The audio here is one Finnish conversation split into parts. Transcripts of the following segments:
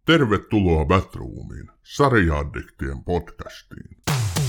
Tervetuloa Batroomiin, sarja-addiktien podcastiin.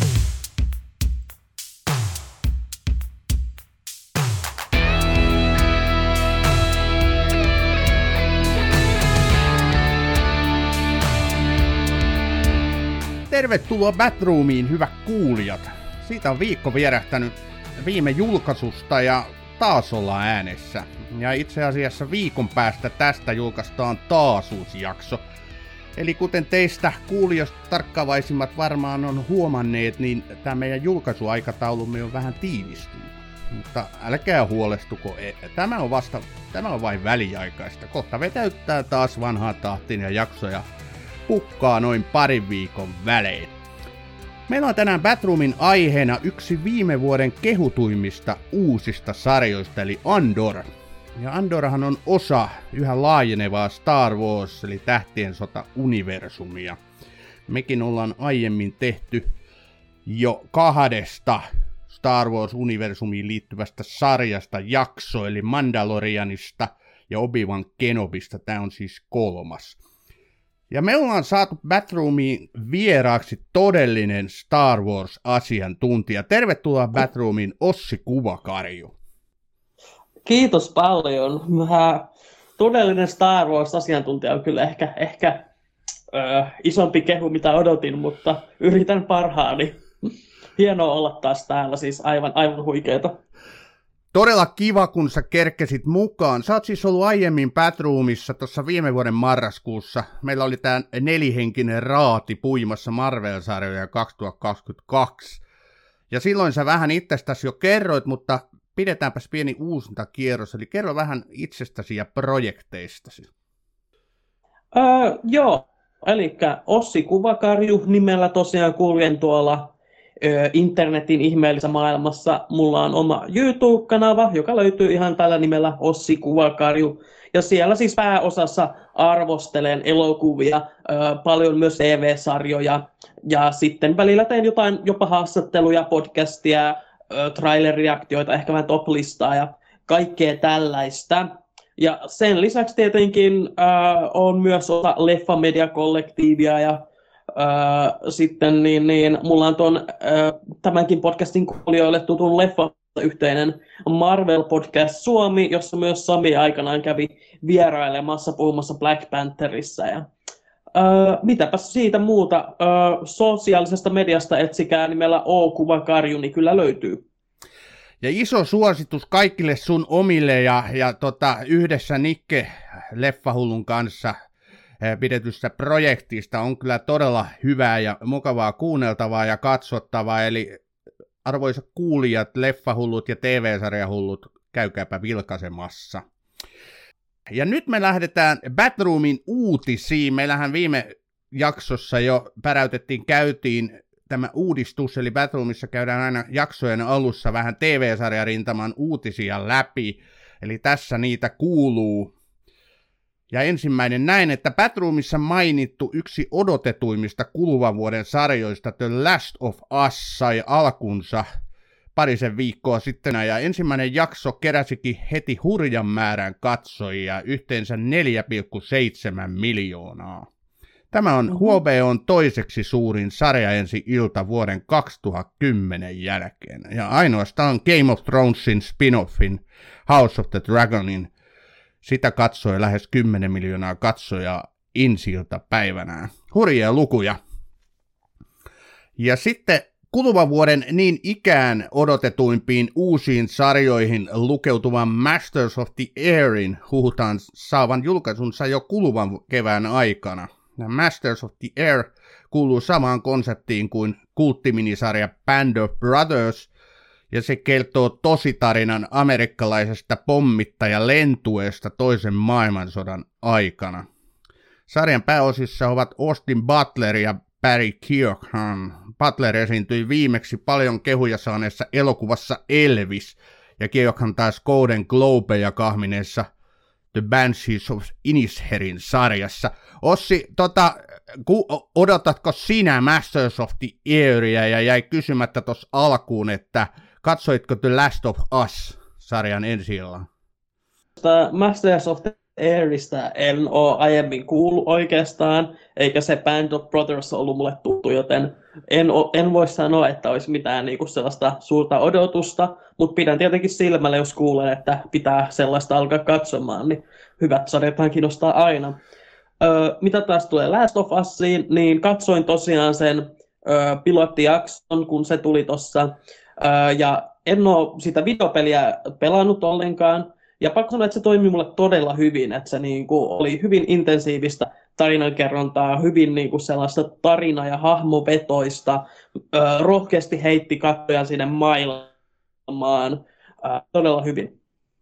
Tervetuloa Batroomiin, hyvät kuulijat. Siitä on viikko vierähtänyt viime julkaisusta ja taas ollaan äänessä. Ja itse asiassa viikon päästä tästä julkaistaan taas uusi jakso. Eli kuten teistä kuulijoista tarkkaavaisimmat varmaan on huomanneet, niin tämä meidän julkaisuaikataulumme on vähän tiivistynyt. Mutta älkää huolestuko, tämä on vain väliaikaista. Kohta vetäyttää taas vanhaa tahtiin ja jaksoja pukkaa noin parin viikon välein. Meillä on tänään Batroomin aiheena yksi viime vuoden kehutuimmista uusista sarjoista, eli Andor. Ja Andorhan on osa yhä laajenevaa Star Wars, eli Tähtien sota-universumia. Mekin ollaan aiemmin tehty jo 2 Star Wars-universumiin liittyvästä sarjasta jakso, eli Mandalorianista ja Obi-Wan Kenobista. Tämä on siis 3. Ja me ollaan saatu Batroomiin vieraaksi todellinen Star Wars-asiantuntija. Tervetuloa Batroomiin, Ossi Kuvakarju. Kiitos paljon. Todellinen Star Wars-asiantuntija on kyllä ehkä isompi kehu, mitä odotin, mutta yritän parhaani. Hienoa olla taas täällä, siis aivan huikeeta. Todella kiva, kun sä kerkesit mukaan. Sä oot siis ollut aiemmin Batroomissa tuossa viime vuoden marraskuussa. Meillä oli tää 4-henkinen raati puimassa Marvel-sarjoja 2022. Ja silloin sä vähän itsestäsi jo kerroit, mutta pidetäänpäs pieni uusintakierros. Eli kerro vähän itsestäsi ja projekteistasi. Joo, eli Ossi Kuvakarju nimellä tosiaan kuljen tuolla internetin ihmeellisessä maailmassa. Mulla on oma YouTube-kanava, joka löytyy ihan tällä nimellä Ossi Kuvakarju. Ja siellä siis pääosassa arvostelen elokuvia, paljon myös TV-sarjoja. Ja sitten välillä teen jotain jopa haastatteluja, podcastia, trailer-reaktioita, ehkä vähän top-listaa ja kaikkea tällaista. Ja sen lisäksi tietenkin on myös osa Leffamedia-kollektiivia ja sitten mulla on tämänkin podcastin kuulijoille tutun leffa yhteinen Marvel Podcast Suomi, jossa myös Sami aikanaan kävi vierailemassa puhumassa Black Pantherissa. Ja mitäpäs siitä muuta, sosiaalisesta mediasta etsikää nimellä O-Kuvakarju, niin kyllä löytyy. Ja iso suositus kaikille sun omille ja yhdessä Nikke Leffahullun kanssa pidetystä projektista on kyllä todella hyvää ja mukavaa kuunneltavaa ja katsottavaa, eli arvoisat kuulijat, leffahullut ja TV-sarjahullut, käykääpä vilkaisemassa. Ja nyt me lähdetään Batroomin uutisiin. Meillähän viime jaksossa jo käytiin tämä uudistus, eli Batroomissa käydään aina jaksojen alussa vähän TV-sarjarintaman uutisia läpi, eli tässä niitä kuuluu. Ja ensimmäinen näin, että Batroomissa mainittu yksi odotetuimmista kuluvan vuoden sarjoista The Last of Us sai alkunsa parisen viikkoa sitten, ja ensimmäinen jakso keräsikin heti hurjan määrän katsojia, yhteensä 4,7 miljoonaa. Tämä on HBOn toiseksi suurin sarja ensi ilta vuoden 2010 jälkeen, ja ainoastaan Game of Thronesin spin-offin House of the Dragonin sitä katsoi lähes 10 miljoonaa katsojaa ensi-ilta päivänään. Hurjia lukuja. Ja sitten kuluvan vuoden niin ikään odotetuimpiin uusiin sarjoihin lukeutuvan Masters of the Airin huhutaan saavan julkaisunsa jo kuluvan kevään aikana. Ja Masters of the Air kuuluu samaan konseptiin kuin kulttiminisarja Band of Brothers, ja se kertoo tositarinan amerikkalaisesta pommittajalentueesta toisen maailmansodan aikana. Sarjan pääosissa ovat Austin Butler ja Barry Keoghan. Butler esiintyi viimeksi paljon kehuja saaneessa elokuvassa Elvis, ja Keoghan taas Golden Globeja kahmineessa The Banshees of Inisherin sarjassa. Ossi, odotatko sinä Masters of the Airia, ja jäi kysymättä tuossa alkuun, että katsoitko The Last of Us-sarjan ensi-illan? Masters of the Airista en ole aiemmin kuullut oikeastaan, eikä se Band of Brothers ollut mulle tuttu, joten en voi sanoa, että olisi mitään niinku sellaista suurta odotusta, mutta pidän tietenkin silmällä, jos kuulen, että pitää sellaista alkaa katsomaan, niin hyvät sarjathan kiinnostaa aina. Mitä taas tulee Last of Usiin, niin katsoin tosiaan sen pilottijakson, kun se tuli tuossa, ja en ole sitä videopeliä pelannut ollenkaan, ja pakko sanoa, että se toimi mulle todella hyvin, että se niinku oli hyvin intensiivistä tarinankerrontaa, hyvin niinku sellaista tarina- ja hahmovetoista, rohkeasti heitti katsojan sinne maailmaan, todella hyvin.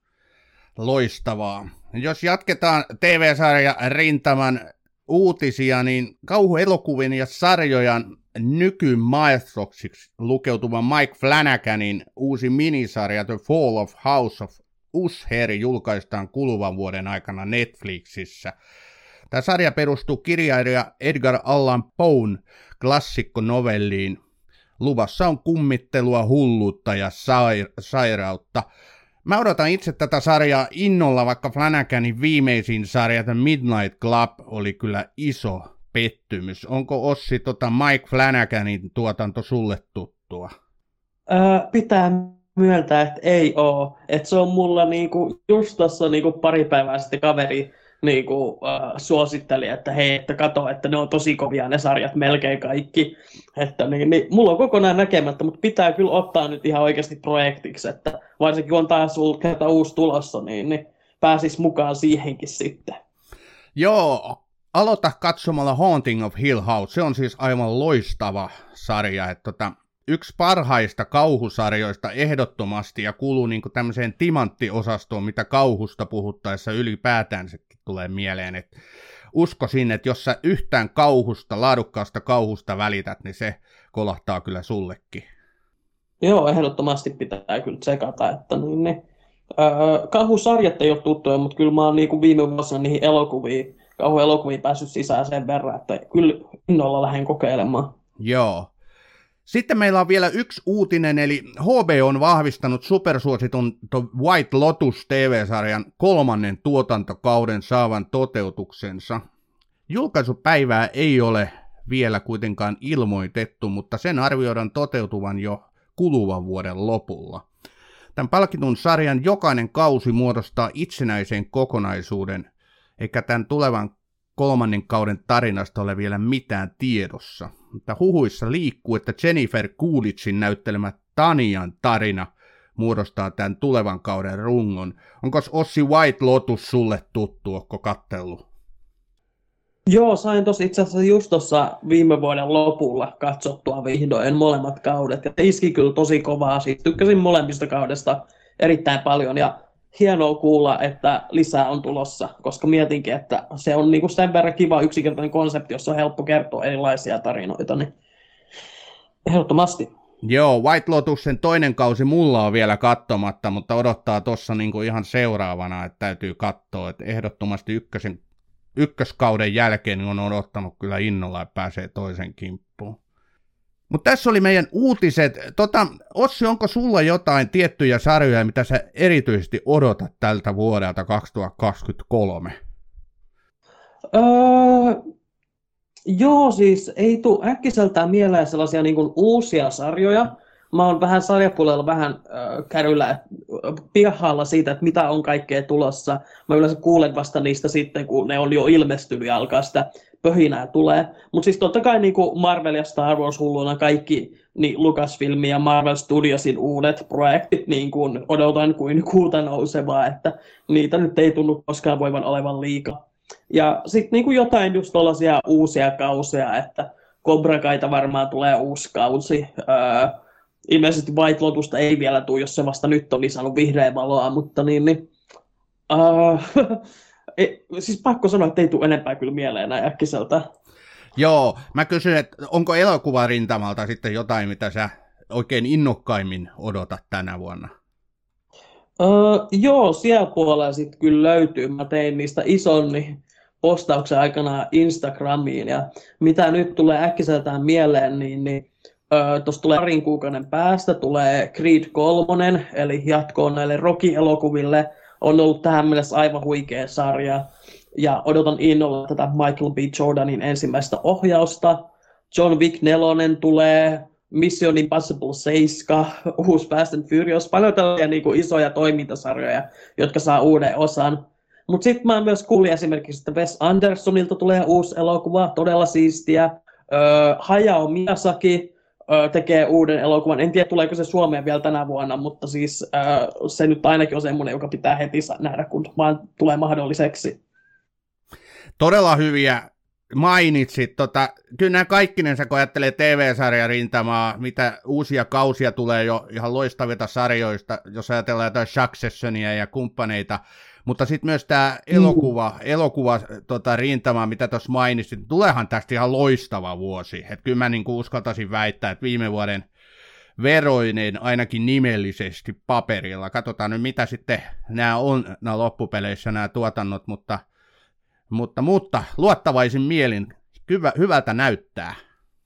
Loistavaa. Jos jatketaan TV-sarja rintaman uutisia, niin kauhuelokuvien ja sarjojen nykymaestroksiksi lukeutuva Mike Flanaganin uusi minisarja The Fall of House of Usher julkaistaan kuluvan vuoden aikana Netflixissä. Tämä sarja perustuu kirjailija Edgar Allan Poen klassikkonovelliin. Luvassa on kummittelua, hulluutta ja sairautta. Mä odotan itse tätä sarjaa innolla, vaikka Flanaganin viimeisin sarja The Midnight Club oli kyllä iso pettymys. Onko Ossi Mike Flanaganin tuotanto sulle tuttua? Pitää myöntää, että ei oo. Että se on mulla niinku, just tuossa niinku pari päivää sitten kaveri niinku, suositteli, että hei, että kato, että ne on tosi kovia ne sarjat melkein kaikki. Että niin, mulla on kokonaan näkemättä, mutta pitää kyllä ottaa nyt ihan oikeasti projektiksi, että varsinkin kun on taas uusi tulossa, niin pääsis mukaan siihenkin sitten. Joo, aloita katsomalla Haunting of Hill House. Se on siis aivan loistava sarja, että yksi parhaista kauhusarjoista ehdottomasti ja kuuluu niin kuin tämmöiseen timanttiosastoon, mitä kauhusta puhuttaessa ylipäätään sekin tulee mieleen. Et uskoisin, että jos sä yhtään laadukkaasta kauhusta välität, niin se kolahtaa kyllä sullekin. Joo, ehdottomasti pitää kyllä tsekata, että kauhusarjat ei ole tuttuja, mutta kyllä mä oon niin kuin viime vuosina niihin kauhuelokuviin päässyt sisään sen verran, että kyllä innolla lähden kokeilemaan. Joo. Sitten meillä on vielä yksi uutinen, eli HBO on vahvistanut supersuositun White Lotus TV-sarjan 3. tuotantokauden saavan toteutuksensa. Julkaisupäivää ei ole vielä kuitenkaan ilmoitettu, mutta sen arvioidaan toteutuvan jo kuluvan vuoden lopulla. Tämän palkitun sarjan jokainen kausi muodostaa itsenäisen kokonaisuuden, eikä tämän tulevan 3. kauden tarinasta ole vielä mitään tiedossa. Mutta huhuissa liikkuu, että Jennifer Coolidgein näyttelemä Tanian tarina muodostaa tämän tulevan kauden rungon. Onko Ossi White Lotus sulle tuttu, ootko kattellut? Joo, sain itse asiassa just tuossa viime vuoden lopulla katsottua vihdoin molemmat kaudet. Ja iski kyllä tosi kovaa, siitä tykkäsin molemmista kaudesta erittäin paljon. Ja hienoa kuulla, että lisää on tulossa, koska mietinkin, että se on niinku sen verran kiva yksinkertainen konsepti, jossa on helppo kertoa erilaisia tarinoita, niin ehdottomasti. Joo, White Lotusen toinen kausi mulla on vielä katsomatta, mutta odottaa tuossa niinku ihan seuraavana, että täytyy katsoa, että ehdottomasti ykköskauden jälkeen on odottanut kyllä innolla, että pääsee toisen kimppuun. Mutta tässä oli meidän uutiset. Ossi, onko sulla jotain tiettyjä sarjoja, mitä sä erityisesti odotat tältä vuodelta 2023? Joo, siis ei tule äkkiseltään mieleen sellaisia niin kuin uusia sarjoja. Mä oon vähän sarjapuolella vähän kärryllä pihalla siitä, että mitä on kaikkea tulossa. Mä yleensä kuulen vasta niistä sitten, kun ne on jo ilmestynyt ja alkaa sitä pöhinää tulee. Mutta siis totta kai niin kuin Marvel ja Star Wars hulluna kaikki niin Lucasfilm ja Marvel Studiosin uudet projektit niin kuin odotan kuin kuuta nousevaa, että niitä nyt ei tunnu koskaan voivan olevan liikaa. Ja sitten niin kuin jotain just tollaisia uusia kausia, että Cobra Kaita varmaan tulee uusi kausi. Ilmeisesti White Lotusta ei vielä tule, jos se vasta nyt oli saanut vihreä valoa, mutta siis pakko sanoa, että ei tule enempää kyllä mieleen näin äkkiseltä. Joo, mä kysyn, että onko elokuvarintamalta sitten jotain, mitä sä oikein innokkaimmin odotat tänä vuonna? Joo, siellä puolella sitten kyllä löytyy. Mä tein niistä ison postauksen aikanaan Instagramiin, ja mitä nyt tulee äkkiseltään mieleen, niin tuossa tulee parin kuukauden päästä tulee Creed 3, eli jatkoon näille Rocky-elokuville. on ollut tähän mennessä aivan huikea sarja. Ja odotan innolla tätä Michael B. Jordanin ensimmäistä ohjausta. John Wick 4 tulee, Mission Impossible 7, uusi Fast and Furious, paljon tällaisia niin kuin isoja toimintasarjoja, jotka saa uuden osan. Mutta sitten mä myös kuulin esimerkiksi, että Wes Andersonilta tulee uusi elokuva, todella siistiä. Hayao Miyazaki tekee uuden elokuvan. En tiedä, tuleeko se Suomeen vielä tänä vuonna, mutta siis se nyt ainakin on semmoinen, joka pitää heti nähdä, kun vaan tulee mahdolliseksi. Todella hyviä mainitsit. Kyllä nämä kaikkinensa, kun ajattelee TV-sarjarintamaa, mitä uusia kausia tulee jo ihan loistavita sarjoista, jos ajatellaan jotain Successionia ja kumppaneita, mutta sitten myös tämä elokuva rintama, mitä tuossa mainitsit, tuleehan tästä ihan loistava vuosi. Et kyllä mä niinku uskaltaisin väittää, että viime vuoden veroinen ainakin nimellisesti paperilla. Katsotaan nyt, mitä sitten nämä on nämä loppupeleissä nämä tuotannot, mutta luottavaisin mielin hyvältä näyttää.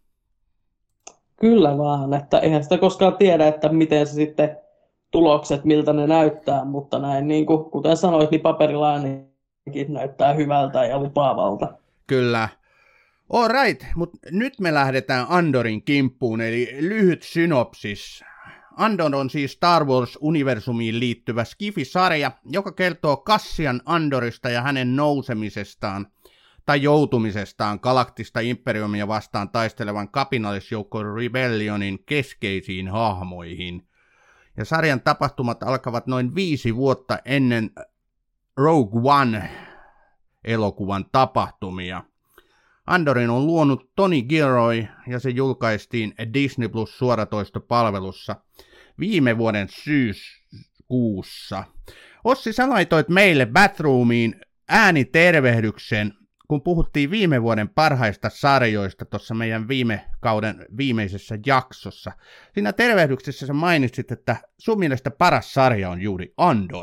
Kyllä vaan, että eihän sitä koskaan tiedä, että miten se sitten tulokset, miltä ne näyttää, mutta näin niin kuin, kuten sanoit, niin paperilla ainakin näyttää hyvältä ja lupaavalta. Kyllä. All right, mutta nyt me lähdetään Andorin kimppuun, eli lyhyt synopsis. Andor on siis Star Wars-universumiin liittyvä skifi-sarja, joka kertoo Cassian Andorista ja hänen nousemisestaan tai joutumisestaan galaktista imperiumia vastaan taistelevan kapinallisjoukko Rebellionin keskeisiin hahmoihin. Ja sarjan tapahtumat alkavat noin 5 vuotta ennen Rogue One-elokuvan tapahtumia. Andorin on luonut Tony Gilroy ja se julkaistiin Disney Plus suoratoistopalvelussa viime vuoden syyskuussa. Ossi, sä laitoit meille Batroomiin äänitervehdyksen, kun puhuttiin viime vuoden parhaista sarjoista tuossa meidän viime kauden viimeisessä jaksossa. Siinä tervehdyksessä sä mainitsit, että sun mielestä paras sarja on juuri Andor.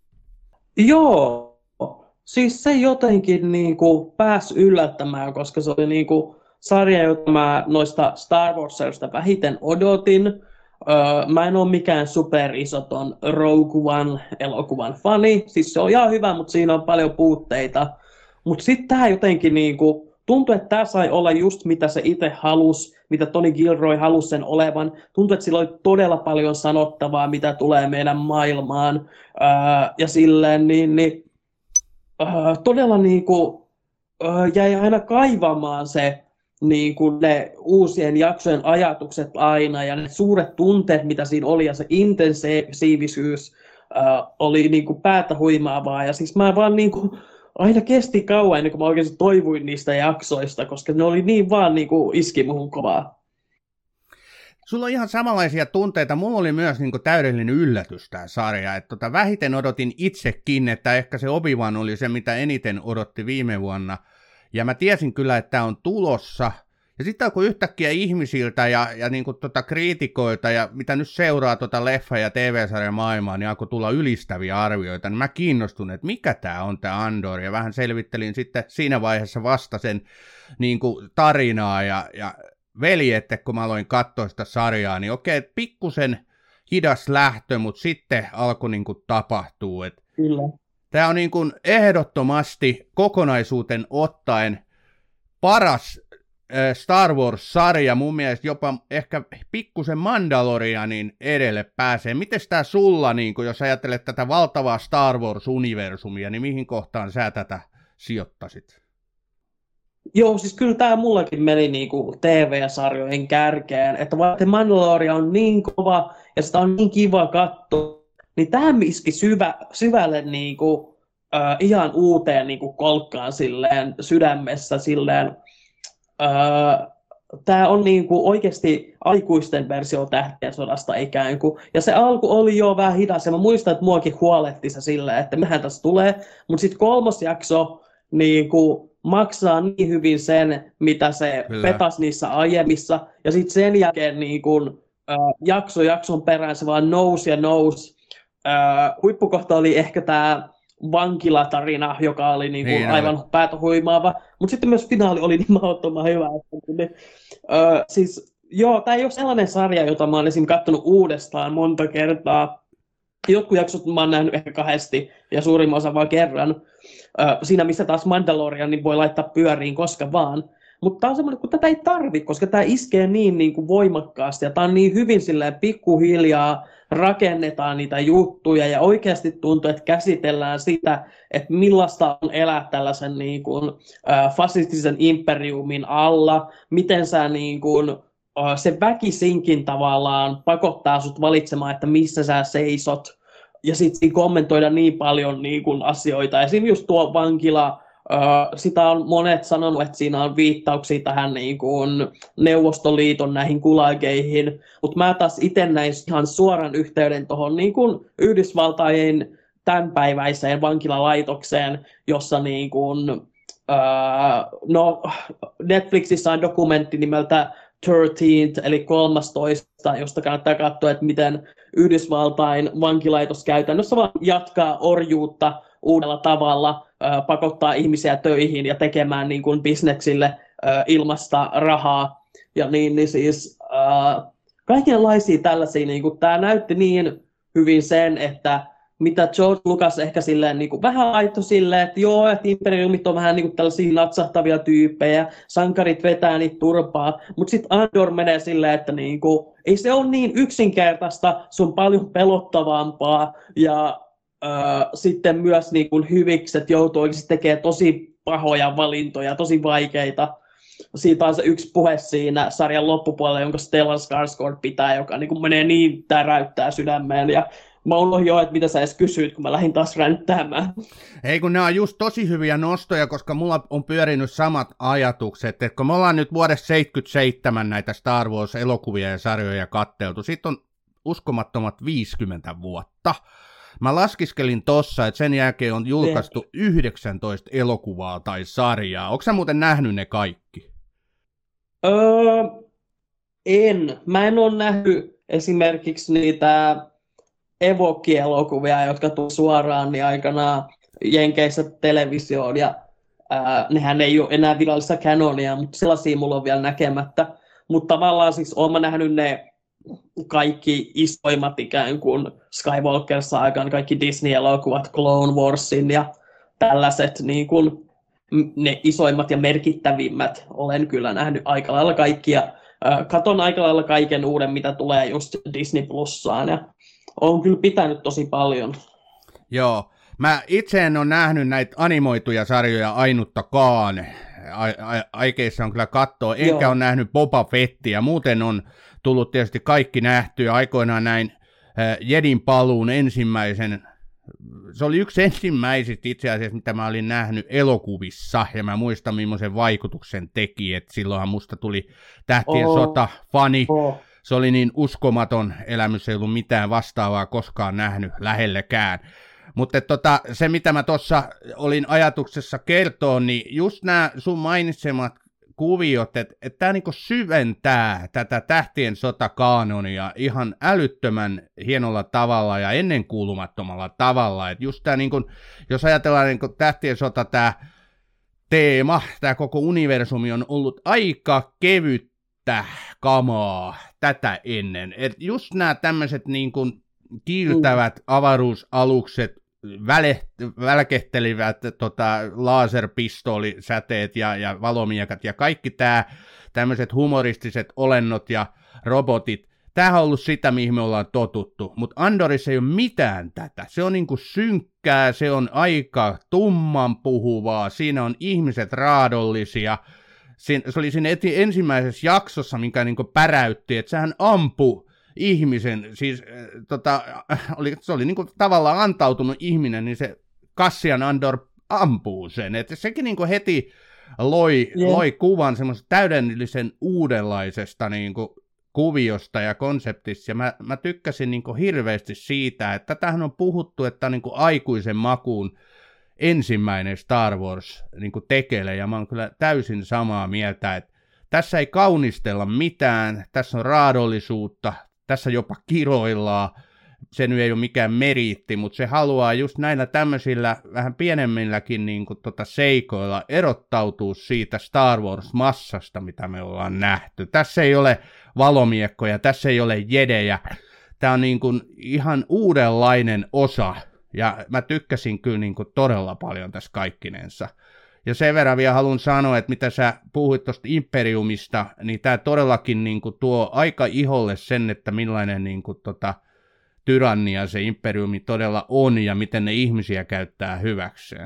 Joo. Siis se jotenkin niinku pääsi yllättämään, koska se oli niinku sarja, jota mä noista Star Warsista vähiten odotin. Mä en ole mikään superiso ton Rogue One-elokuvan fani. Siis se on ihan hyvä, mutta siinä on paljon puutteita. Mutta sitten tää jotenkin niinku, tuntui, että tää sai olla just mitä se itse halusi, mitä Tony Gilroy halusi sen olevan. Tuntui, että sillä oli todella paljon sanottavaa, mitä tulee meidän maailmaan. Ja silleen todella niinku, jäi aina kaivamaan se niinku, ne uusien jaksojen ajatukset aina ja ne suuret tunteet, mitä siinä oli ja se intensiivisyys oli niinku, päätä huimaavaa. Ja siis mä vaan niinku, aina kesti kauan ennen kuin mä oikeasti toivuin niistä jaksoista, koska ne oli niin vaan niinku, iski muhun kovaa. Sulla on ihan samanlaisia tunteita. Mulla oli myös niin kuin täydellinen yllätys tämä sarja. Että vähiten odotin itsekin, että ehkä se Obi-Wan oli se, mitä eniten odotti viime vuonna. Ja mä tiesin kyllä, että tämä on tulossa. Ja sitten kun yhtäkkiä ihmisiltä ja niin kuin kriitikoilta ja mitä nyt seuraa leffa- ja TV-sarjan maailmaa, niin alkoi tulla ylistäviä arvioita. Niin mä kiinnostun, että mikä tämä on tämä Andor. Ja vähän selvittelin sitten siinä vaiheessa vasta sen niin kuin tarinaa ja että kun mä aloin katsoa sitä sarjaa, niin okei, pikkusen hidas lähtö, mutta sitten alkoi niin kuin tapahtuu. Kyllä. Tämä on niin kuin ehdottomasti kokonaisuuten ottaen paras Star Wars-sarja, mun mielestä jopa ehkä pikkusen Mandalorianin edelle pääsee. Miten tämä sulla, niin kun, jos ajattelet tätä valtavaa Star Wars-universumia, niin mihin kohtaan sä tätä sijoittasit? Joo, siis kyllä tämä mullakin meni niinku TV-sarjojen kärkeen, että vaikka Mandalorian on niin kova ja sitä on niin kiva katsoa, niin tämä iski syvälle niinku, ihan uuteen niinku kolkkaan silleen, sydämessä silleen. Tämä on niinku oikeasti aikuisten versio Tähtien sodasta ikään kuin. Ja se alku oli jo vähän hidas ja mä muistan, että muakin huoletti se silleen, että mihän tässä tulee. Mutta sitten 3. jakso niinku maksaa niin hyvin sen, mitä se petasi niissä aiemmissa. Ja sitten sen jälkeen niinku, jakson perään se vaan nousi ja nousi. Huippukohta oli ehkä tämä vankilatarina, joka oli niin aivan päätä huimaava. Mutta sitten myös finaali oli niin mahdottoman hyvä. Siis, joo, tämä ei ole sellainen sarja, jota mä olen esimerkiksi katsonut uudestaan monta kertaa. jotkut jaksot mä oon nähnyt ehkä 2 ja suurimman osa vaan kerran. Siinä missä taas Mandalorian niin voi laittaa pyöriin koska vaan. Mutta tämä on semmoinen, kun tätä ei tarvitse, koska tämä iskee niin kuin voimakkaasti ja tämä on niin hyvin silleen pikkuhiljaa rakennetaan niitä juttuja ja oikeasti tuntuu, että käsitellään sitä, että millaista on elää tällaisen niin kuin, fasistisen imperiumin alla, miten sä niin kuin, se väkisinkin tavallaan pakottaa sut valitsemaan, että missä sä seisot ja sitten kommentoida niin paljon niin kuin, asioita. Esimerkiksi just tuo vankila, sitä on monet sanonut, että siinä on viittauksia tähän niin kuin Neuvostoliiton näihin kulageihin, mutta mä taas itse näin ihan suoran yhteyden tuohon niin kuin Yhdysvaltain tämänpäiväiseen vankilalaitokseen, jossa niin kuin, Netflixissä on dokumentti nimeltä 13th, eli 13, josta kannattaa katsoa, että miten Yhdysvaltain vankilaitos käytännössä vaan jatkaa orjuutta uudella tavalla, pakottaa ihmisiä töihin ja tekemään niin kuin bisneksille ilmasta rahaa. Ja niin siis kaikenlaisia tällaisia, niin kuin, tämä näytti niin hyvin sen, että mitä George Lucas ehkä silleen, niin kuin, vähän laittoi silleen, että joo, että imperiumit on vähän niin kuin tällaisia natsahtavia tyyppejä, sankarit vetää niitä turpaa, mutta sitten Andor menee silleen, että niin kuin, ei se ole niin yksinkertaista, se on paljon pelottavampaa ja sitten myös niin kuin hyvikset joutuu oikeasti tekemään tosi pahoja valintoja, tosi vaikeita. Siitä on se yksi puhe siinä sarjan loppupuolella, jonka Stellan Skarsgård pitää, joka niin kuin menee niin täräyttää sydämeen. Ja mä unohdin jo, että mitä sä edes kysyit, kun mä lähdin taas ränttäämään. Ei, kun nämä on just tosi hyviä nostoja, koska mulla on pyörinyt samat ajatukset, että kun me ollaan nyt vuodessa 77 näitä Star Wars-elokuvia ja sarjoja katteltu, siitä on uskomattomat 50 vuotta. Mä laskiskelin tossa, että sen jälkeen on julkaistu 19 elokuvaa tai sarjaa. Onko sä muuten nähnyt ne kaikki? En. Mä en ole nähnyt esimerkiksi niitä Evoque-elokuvia, jotka tuli suoraan niin aikanaan Jenkeissä televisioon. Ja nehän ei ole enää virallista canonia, mutta sellaisia mulla on vielä näkemättä. Mutta tavallaan siis olen nähnyt ne kaikki isoimmat ikään kuin Skywalker-saagan, kaikki Disney-elokuvat, Clone Warsin ja tällaiset niin kuin ne isoimmat ja merkittävimmät olen kyllä nähnyt aika lailla kaikkia. Katon aika lailla kaiken uuden, mitä tulee just Disney Plussaan ja olen kyllä pitänyt tosi paljon. Joo, mä itse en ole nähnyt näitä animoituja sarjoja ainuttakaan. Aikeissa on kyllä katsoa, enkä ole nähnyt Boba Fettiä, muuten on tullut tietysti kaikki nähtyä. Aikoinaan näin Jedin paluun ensimmäisen, se oli yksi ensimmäisistä itse asiassa, mitä mä olin nähnyt elokuvissa, ja mä muistan, millaisen vaikutuksen teki, että silloinhan musta tuli Tähtien sota-fani. Se oli niin uskomaton elämys, ei ollut mitään vastaavaa koskaan nähnyt lähellekään. Mutta se, mitä mä tuossa olin ajatuksessa kertoa, niin just nämä sun mainitsemat kuviot, että tämä niinku syventää tätä Tähtien sota-kaanonia ihan älyttömän hienolla tavalla ja ennenkuulumattomalla tavalla. Et just tämä, niinku, jos ajatellaan niinku Tähtien sota, tämä teema, tämä koko universumi on ollut aika kevyttä kamaa tätä ennen. Et just nämä tämmöiset niinku kiiltävät avaruusalukset, välkehtelivät laserpistoolisäteet ja valomiekat ja kaikki tämä tämmöiset humoristiset olennot ja robotit, tämähän on ollut sitä, mihin me ollaan totuttu, mutta Andorissa ei ole mitään tätä, se on niinku synkkää, se on aika tumman puhuvaa, siinä on ihmiset raadollisia, se oli siinä ensimmäisessä jaksossa, minkä niinku päräytti, että sehän ampui ihmisen, siis se oli niinku tavallaan antautunut ihminen, niin se Cassian Andor ampuu sen, että sekin niinku heti loi kuvan semmoisesta täydellisen uudenlaisesta niinku kuviosta ja konseptista, ja mä tykkäsin niinku hirveästi siitä, että tämähän on puhuttu, että on niinku aikuisen makuun ensimmäinen Star Wars niinku tekele, ja mä oon kyllä täysin samaa mieltä, että tässä ei kaunistella mitään, tässä on raadollisuutta, tässä jopa kiroillaan, se nyt ei ole mikään meriitti, mutta se haluaa just näillä tämmöisillä vähän pienemmilläkin niin kuin seikoilla erottautua siitä Star Wars-massasta, mitä me ollaan nähty. Tässä ei ole valomiekkoja, tässä ei ole jedejä, tämä on niin kuin ihan uudenlainen osa, ja mä tykkäsin kyllä niin kuin todella paljon tässä kaikkinensa. Ja sen verran vielä haluan sanoa, että mitä sä puhuit tuosta Imperiumista, niin tämä todellakin niin kuin tuo aika iholle sen, että millainen niin kuin tyrannia se Imperiumi todella on, ja miten ne ihmisiä käyttää hyväkseen.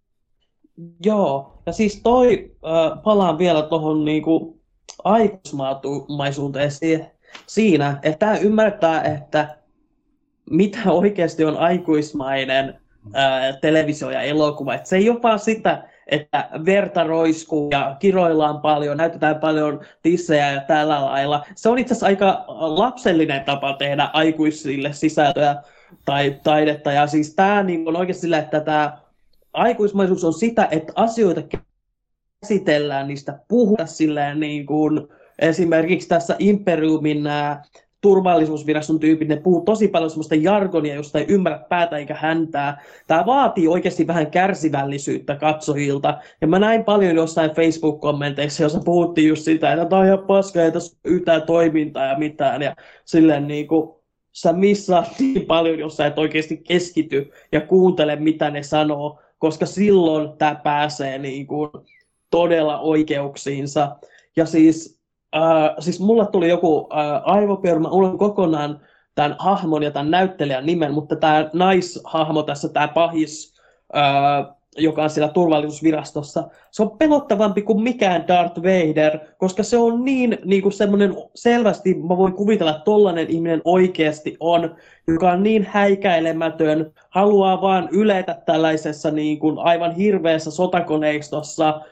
Joo, ja siis palaan vielä tuohon niinku aikuismaisuuteen siinä, että tämä ymmärtää, että mitä oikeasti on aikuismainen televisio ja elokuva. Et se ei ole vaan sitä, että verta roiskuu ja kiroillaan paljon, näytetään paljon tissejä ja tällä lailla. Se on itse asiassa aika lapsellinen tapa tehdä aikuisille sisältöä tai taidetta. Ja siis tämä niin on oikeasti sillä, että tämä aikuismaisuus on sitä, että asioita käsitellään, niistä puhutaan silleen niin kuin esimerkiksi tässä Imperiumin turvallisuusviraston tyypit, ne puhuu tosi paljon semmoista jargonia, josta ei ymmärrä päätä eikä häntää. Tämä vaatii oikeasti vähän kärsivällisyyttä katsojilta. Ja mä näin paljon jossain Facebook-kommenteissa, jossa puhuttiin just sitä, että tämä on ihan paska, ei tässä yhtään toimintaa ja mitään. Ja silleen niin kuin sä missaat niin paljon, jos sä et oikeasti keskity ja kuuntele, mitä ne sanoo, koska silloin tämä pääsee niin kuin todella oikeuksiinsa. Ja siis mulla tuli joku aivopyörä, mä unohdin kokonaan tämän hahmon ja tämän näyttelijän nimen, mutta tämä naishahmo tässä, tämä pahis, joka on siellä turvallisuusvirastossa, se on pelottavampi kuin mikään Darth Vader, koska se on niin kuin semmoinen, selvästi mä voin kuvitella, että tollainen ihminen oikeasti on, joka on niin häikäilemätön, haluaa vaan yletä tällaisessa niin kuin aivan hirveässä sotakoneistossa,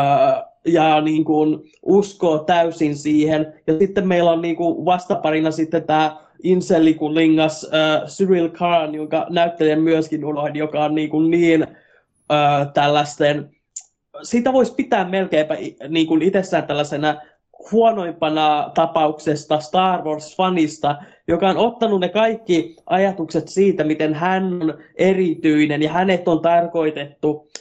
ja niin kuin uskoo täysin siihen. Ja sitten meillä on niin kuin vastaparina sitten tämä inselikuningas Cyril Khan, jonka näyttelijän myöskin unohdin, joka on niin tällaisten, siitä voisi pitää melkeinpä niin kuin itsessään tällaisena huonoimpana tapauksesta Star Wars-fanista, joka on ottanut ne kaikki ajatukset siitä, miten hän on erityinen ja hänet on tarkoitettu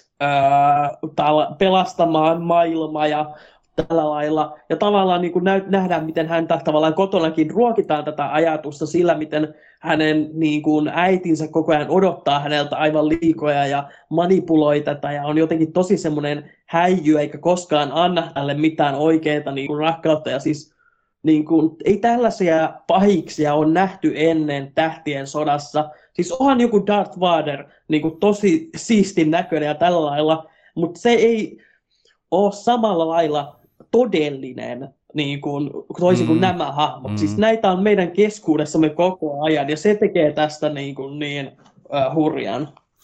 pelastamaan maailmaa ja tällä lailla. Ja tavallaan niin kuin nähdään, miten häntä tavallaan kotonakin ruokitaan tätä ajatusta sillä, miten hänen niin kuin äitinsä koko ajan odottaa häneltä aivan liikoja ja manipuloi tätä ja on jotenkin tosi semmoinen häijy eikä koskaan anna tälle mitään oikeaa niin kuin rakkautta. Ja siis niin kuin, ei tällaisia pahiksia ole nähty ennen Tähtien sodassa. Siis onhan joku Darth Vader niin kuin tosi siistin näköinen ja tällä lailla, mutta se ei ole samalla lailla todellinen niin kuin, toisin kuin nämä hahmot. Siis näitä on meidän keskuudessamme koko ajan ja se tekee tästä niin hurjan.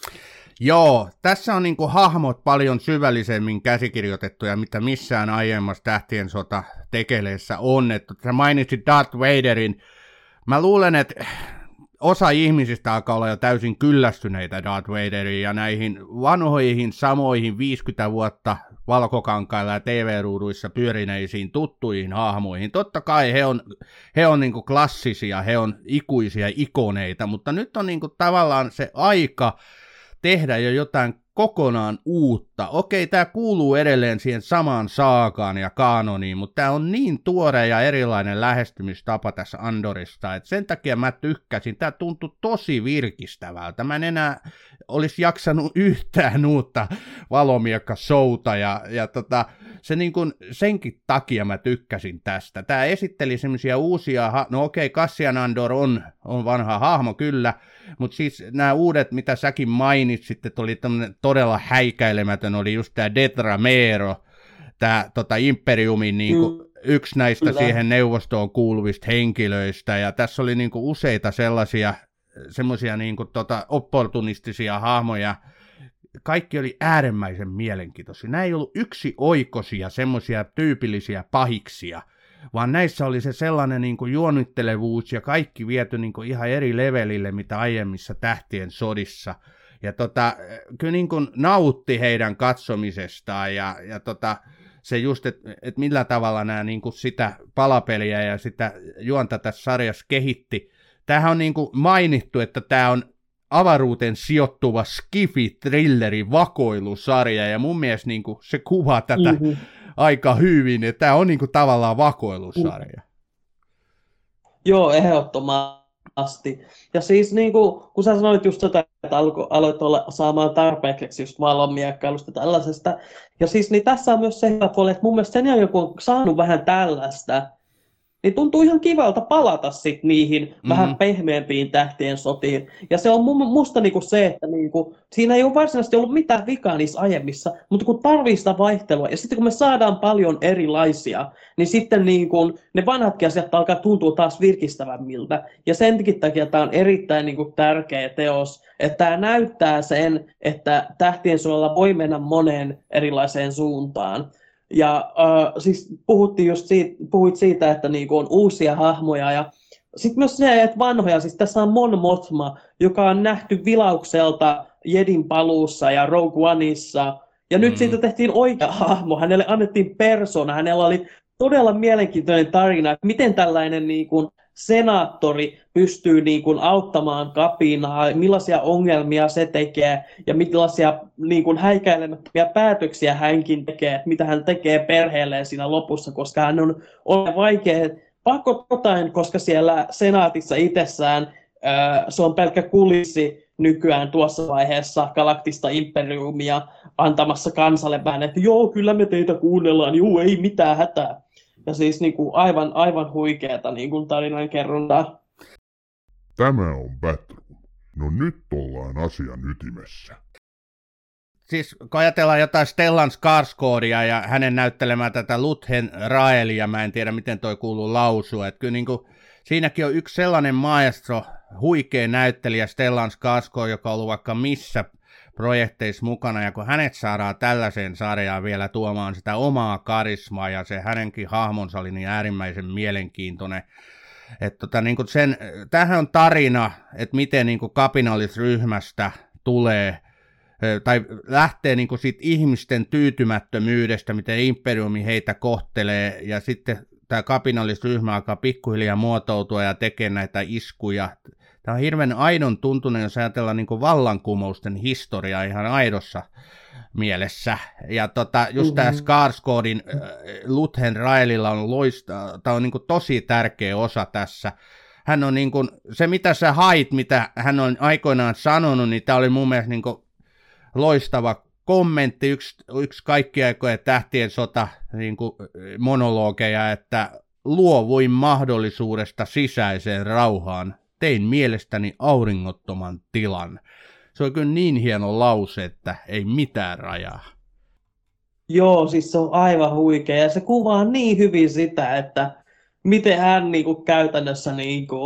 Joo, tässä on niin kuin hahmot paljon syvällisemmin käsikirjoitettuja, mitä missään aiemmassa Tähtien sota -tekeleessä on. Että sä mainitsit Darth Vaderin. Mä luulen, että osa ihmisistä alkaa olla jo täysin kyllästyneitä Darth Vaderiin ja näihin vanhoihin, samoihin 50 vuotta valkokankailla ja TV-ruuduissa pyörineisiin tuttuihin hahmoihin. Totta kai he on niin kuin klassisia, he on ikuisia ikoneita, mutta nyt on niin kuin tavallaan se aika tehdä jo jotain kokonaan uutta. Okei, tämä kuuluu edelleen siihen samaan saakaan ja kaanoniin, mutta tämä on niin tuore ja erilainen lähestymistapa tässä Andorista, että sen takia mä tykkäsin. Tämä tuntui tosi virkistävältä. Mä en enää olisi jaksanut yhtään uutta valomiekka-showta ja se niin kuin, senkin takia mä tykkäsin tästä. Tämä esitteli semmoisia uusia, no okei, Cassian Andor on vanha hahmo kyllä, mutta siis nämä uudet, mitä säkin mainitsit, että oli todella häikäilemätön, oli just tämä Detra Meero, tämä Imperiumin niin kuin, yksi näistä siihen neuvostoon kuuluvista henkilöistä, ja tässä oli niin kuin, useita semmoisia niin kuin, opportunistisia hahmoja. Kaikki oli äärimmäisen mielenkiintoisia. Nämä ei ollut yksioikoisia semmoisia tyypillisiä pahiksia, vaan näissä oli se sellainen niin kuin juonittelevuus ja kaikki viety niin kuin ihan eri levelille, mitä aiemmissa Tähtien sodissa. Ja kyllä niin kuin nautti heidän katsomisestaan ja se just, että millä tavalla nämä niin kuin sitä palapeliä ja sitä juonta tässä sarjassa kehitti. Tämähän on niin kuin mainittu, että tämä on avaruuteen sijoittuva skifi-thrilleri vakoilusarja, ja mun mielestä niin kuin se kuvaa tätä aika hyvin, että tämä on niin kuin tavallaan vakoilusarja. Joo, ehdottomasti. asti. Ja siis niin kuin, kun sä sanoit just sitä, että aloit olla saamaan tarpeeksi just valonmiekkailusta tällaisesta. Ja siis niin tässä on myös se hyvä puoli, että mun mielestä sen jälkeen, kun on saanut vähän tällaista, niin tuntuu ihan kivalta palata sit niihin vähän pehmeämpiin tähtien sotiin. Ja se on musta niinku se, että niinku, siinä ei ole varsinaisesti ollut mitään vikaa niissä aiemmissa, mutta kun tarvii sitä vaihtelua, ja sitten kun me saadaan paljon erilaisia, niin sitten niinku, ne vanhatkin asiat alkaa tuntua taas virkistävämmiltä. Ja sen takia tämä on erittäin niinku, tärkeä teos, että tämä näyttää sen, että tähtien suojella voi mennä moneen erilaiseen suuntaan. Ja siis puhuit siitä, että niinku on uusia hahmoja ja sitten myös se, että vanhoja, siis tässä on Mon Mothma, joka on nähty vilaukselta Jedin paluussa ja Rogue Oneissa. Ja nyt siitä tehtiin oikea hahmo, hänelle annettiin persona, hänellä oli todella mielenkiintoinen tarina, että miten tällainen niinku senaattori pystyy niin kuin auttamaan kapinaa, millaisia ongelmia se tekee ja millaisia niin kuin häikäilemättömiä päätöksiä hänkin tekee, mitä hän tekee perheelleen siinä lopussa, koska hän on vaikea, pakko jotain, koska siellä senaatissa itsessään se on pelkkä kulissi nykyään tuossa vaiheessa galaktista imperiumia antamassa kansalle vähän, että joo, kyllä me teitä kuunnellaan, juu, ei mitään hätää. Ja siis niin kuin aivan huikeata niin kuin tarinankerrontaa. Tämä on Batroom. No nyt ollaan asian ytimessä. Siis kun ajatellaan jotain Stellan Skarsgårdia ja hänen näyttelemään tätä Luthen Raelia, mä en tiedä miten toi kuuluu lausua. Että kyllä niin kuin, siinäkin on yksi sellainen maestro, huikea näyttelijä Stellan Skarsgård, joka on ollut vaikka missä projekteissa mukana, ja kun hänet saadaan tällaiseen sarjaan vielä tuomaan sitä omaa karismaa, ja se hänenkin hahmonsa oli niin äärimmäisen mielenkiintoinen, että niin tämähän on tarina, että miten niin kapinallisryhmästä tulee, tai lähtee niin siitä ihmisten tyytymättömyydestä, miten imperiumi heitä kohtelee, ja sitten tämä kapinallisryhmä alkaa pikkuhiljaa muotoutua ja tekee näitä iskuja. Tämä on hirveän aidon tuntunen, jos ajatellaan niin vallankumousten historiaa ihan aidossa mielessä. Ja just tämä Skarsgårdin Luthen Raelilla on tämä on niin tosi tärkeä osa tässä. Hän on niin kuin, se mitä sä hait, mitä hän on aikoinaan sanonut, niin tämä oli mun mielestä niin loistava kommentti, yksi kaikkien aikojen tähtien sota niin monologeja, että luovuin mahdollisuudesta sisäiseen rauhaan. Tein mielestäni auringottoman tilan. Se on kyllä niin hieno lause, että ei mitään rajaa. Joo, siis se on aivan huikea ja se kuvaa niin hyvin sitä, että miten hän niinku käytännössä niinku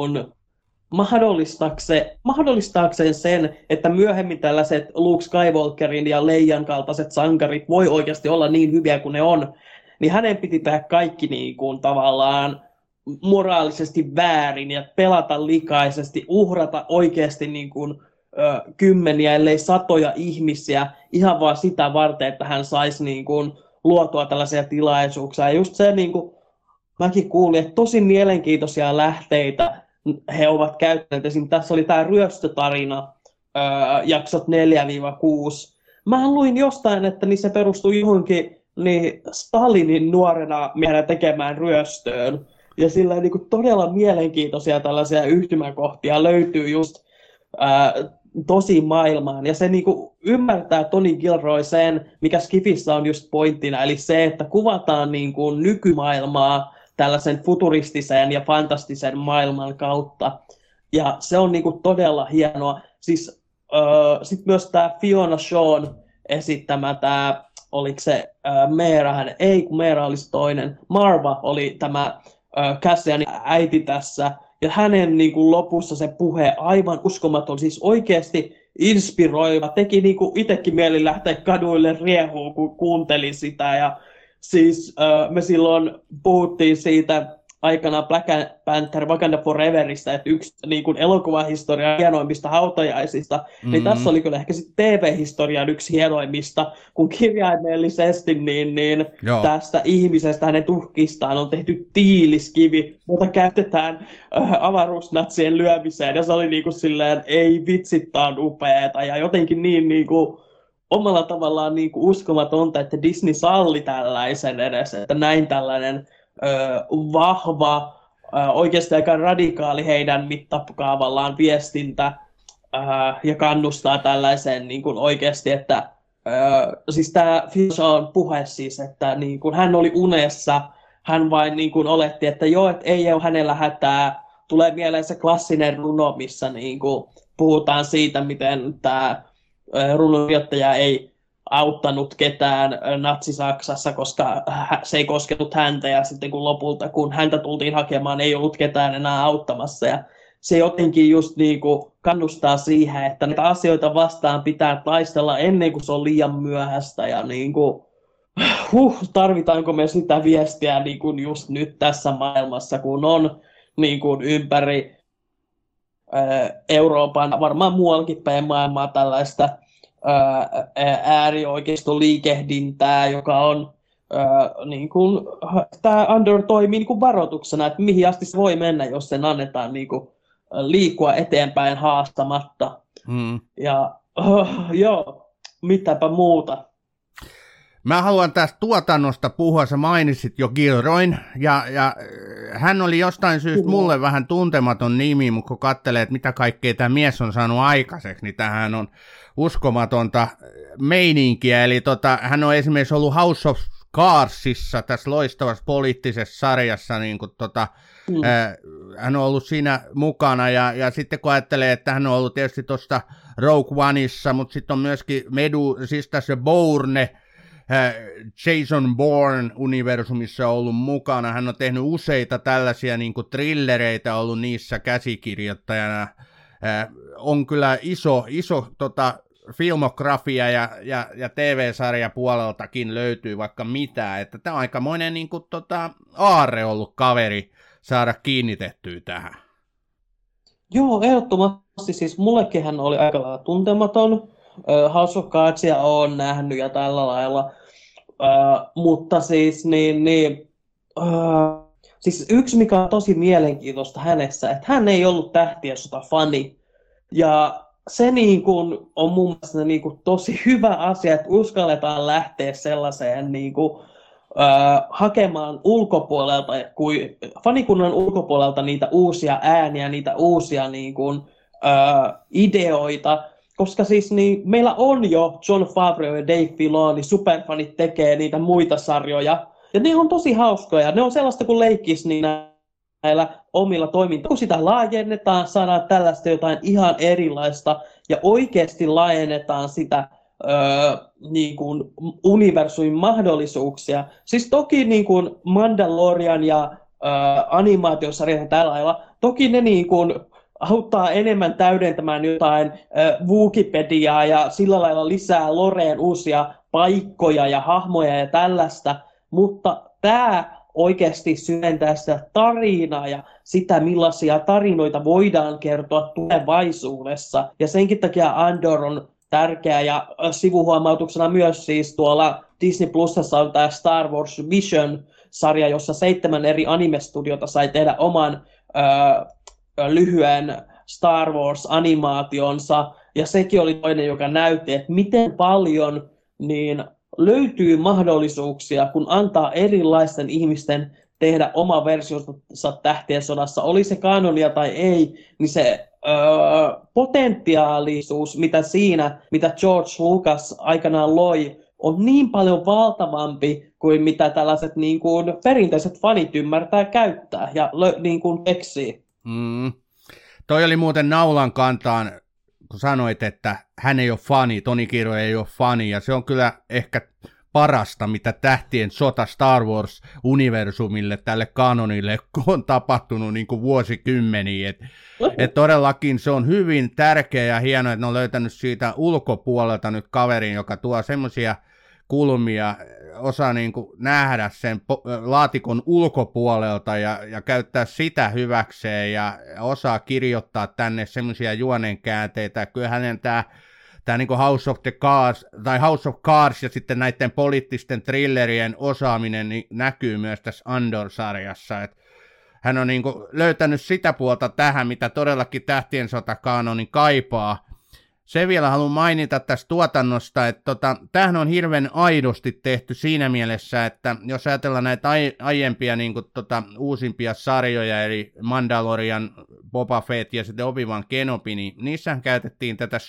mahdollistaakseen sen, että myöhemmin tällaiset Luke Skywalkerin ja Leijan kaltaiset sankarit voi oikeasti olla niin hyviä kuin ne on, niin hänen piti tehdä kaikki niinku tavallaan moraalisesti väärin ja pelata likaisesti, uhrata oikeasti niin kuin, kymmeniä, ellei satoja ihmisiä ihan vaan sitä varten, että hän saisi niin kuin, luotua tällaisia tilaisuuksia. Ja just se, niin kuin mäkin kuulin, että tosi mielenkiintoisia lähteitä he ovat käyttäneet. Esimerkiksi tässä oli tämä ryöstötarina, jaksot 4-6. Mä luin jostain, että niin se perustui johonkin niin Stalinin nuorena miehenä tekemään ryöstöön. Ja sillä niin kuin todella mielenkiintoisia tällaisia yhtymäkohtia löytyy just tosi maailmaan. Ja se niin kuin ymmärtää Tony Gilroy sen, mikä Skifissä on just pointtina, eli se, että kuvataan niin kuin nykymaailmaa tällaisen futuristisen ja fantastisen maailman kautta. Ja se on niin kuin todella hienoa. Siis sitten myös tämä Fiona Shawn esittämä tämä, oliko se Meera, ei kun Meera olisi toinen, Marva oli tämä Cassianin äiti tässä, ja hänen niin kuin, lopussa se puhe aivan uskomaton, siis oikeasti inspiroiva, teki niin kuin itsekin mieli lähteä kaduille riehuun, kun kuuntelin sitä, ja siis me silloin puhuttiin siitä aikanaan Black Panther Wakanda Foreverista, että yksi niin kuin elokuvahistorian hienoimmista hautajaisista, niin tässä oli kyllä ehkä sitten TV-historian yksi hienoimmista, kun kirjaimellisesti niin tästä ihmisestä, hänen tuhkistaan on tehty tiiliskivi, jota käytetään avaruusnatsien lyömiseen, ja se oli niin kuin silleen, ei vitsit, tää on upeeta, ja jotenkin niin kuin omalla tavallaan niin kuin uskomatonta, että Disney salli tällaisen edes, että näin tällainen vahva, oikeasti aika radikaali heidän mittakaavallaan viestintä ja kannustaa tällaiseen niin kuin oikeasti, että siis tämä Fisher puhe siis, että niin kuin hän oli unessa, hän vain niin kuin oletti, että joo, että ei ole hänellä hätää. Tulee mieleen se klassinen runo, missä niin kuin puhutaan siitä, miten tämä runokirjoittaja ei auttanut ketään Natsi-Saksassa, koska se ei koskenut häntä, ja sitten kun lopulta, kun häntä tultiin hakemaan, ei ollut ketään enää auttamassa, ja se jotenkin just niin kuin kannustaa siihen, että näitä asioita vastaan pitää taistella ennen kuin se on liian myöhäistä, ja niin kuin, tarvitaanko me sitä viestiä niin kuin just nyt tässä maailmassa, kun on niin kuin ympäri Euroopan, varmaan muuallakin päin maailmaa tällaista äärioikeistoliikehdintää, joka on niin kuin, tämä Andor toimii niin kuin varoituksena, että mihin asti se voi mennä, jos sen annetaan niin kuin, liikkua eteenpäin haastamatta. Ja joo, mitäpä muuta. Mä haluan tästä tuotannosta puhua, sä mainitsit jo Gilroyn, ja hän oli jostain syystä mulle vähän tuntematon nimi, mutta kun katselee, että mitä kaikkea tämä mies on saanut aikaiseksi, niin tämähän on uskomatonta meininkiä, eli hän on esimerkiksi ollut House of Cardsissa, tässä loistavassa poliittisessa sarjassa, niin kuin hän on ollut siinä mukana, ja sitten kun ajattelee, että hän on ollut tietysti tuosta Rogue Oneissa, mutta sitten on myöskin siis tässä Bourne, Jason Bourne-universumissa on ollut mukana. Hän on tehnyt useita tällaisia niin kuin thrillereitä, ollut niissä käsikirjoittajana. On kyllä iso filmografia ja TV-sarja puoleltakin löytyy vaikka mitään. Että tämä on aikamoinen niin kuin, aarre ollut kaveri saada kiinnitettyä tähän. Joo, ehdottomasti. Siis mullekin hän oli aika lailla tuntematon. House of Cardsia olen nähnyt ja tällä lailla. Mutta siis, siis yksi, mikä on tosi mielenkiintoista hänessä, että hän ei ollut Tähtien sota-fani. Ja se niin kuin on mun mielestä niin kuin tosi hyvä asia, että uskalletaan lähteä sellaiseen niin kuin, hakemaan ulkopuolelta, fanikunnan ulkopuolelta niitä uusia ääniä, niitä uusia niin kuin, ideoita. Koska siis niin, meillä on jo Jon Favreau ja Dave Filoni, superfanit tekee niitä muita sarjoja. Ja ne on tosi hauskoja. Ne on sellaista kuin leikkis niin näillä omilla toimintoilla. Kun sitä laajennetaan, saadaan tällaista jotain ihan erilaista. Ja oikeasti laajennetaan sitä niin kuin universumin mahdollisuuksia. Siis toki niin kuin Mandalorian ja animaatiosarjat ja tällä lailla, toki ne niin kuin auttaa enemmän täydentämään jotain Wikipediaa ja sillä lailla lisää Loreen uusia paikkoja ja hahmoja ja tällaista, mutta tämä oikeasti syventää sitä tarinaa ja sitä, millaisia tarinoita voidaan kertoa tulevaisuudessa. Ja senkin takia Andor on tärkeä ja sivuhuomautuksena myös siis tuolla Disney Plusassa on tämä Star Wars Vision-sarja, jossa 7 eri anime-studiota sai tehdä oman lyhyen Star Wars-animaationsa, ja sekin oli toinen, joka näytti, että miten paljon niin löytyy mahdollisuuksia, kun antaa erilaisten ihmisten tehdä oma versionsa Tähtien sodassa, oli se kanonia tai ei, niin se potentiaalisuus, mitä siinä, mitä George Lucas aikanaan loi, on niin paljon valtavampi kuin mitä tällaiset niin kuin perinteiset fanit ymmärtää käyttää ja niin kuin keksii. Toi oli muuten naulan kantaan, kun sanoit, että hän ei ole fani, Toni Kirjo ei ole fani, ja se on kyllä ehkä parasta, mitä Tähtien sota Star Wars-universumille, tälle kanonille on tapahtunut niin kuin vuosikymmeniä. Et todellakin se on hyvin tärkeä ja hienoa, että ne on löytänyt siitä ulkopuolelta nyt kaverin, joka tuo semmoisia kulmia, osaa niin kuin nähdä sen laatikon ulkopuolelta ja käyttää sitä hyväkseen ja osaa kirjoittaa tänne semmoisia juonenkäänteitä. Kyllä hänen tämä niin kuin House of Cards ja sitten näiden poliittisten thrillerien osaaminen niin näkyy myös tässä Andor-sarjassa. Et hän on niin kuin löytänyt sitä puolta tähän, mitä todellakin Tähtien sota-kaanonin kaipaa. Se vielä haluan mainita tästä tuotannosta, että tämähän on hirveän aidosti tehty siinä mielessä, että jos ajatellaan näitä aiempia niin kuin, uusimpia sarjoja, eli Mandalorian, Boba Fett ja sitten Obi-Wan Kenobi, niin niissähän käytettiin tätä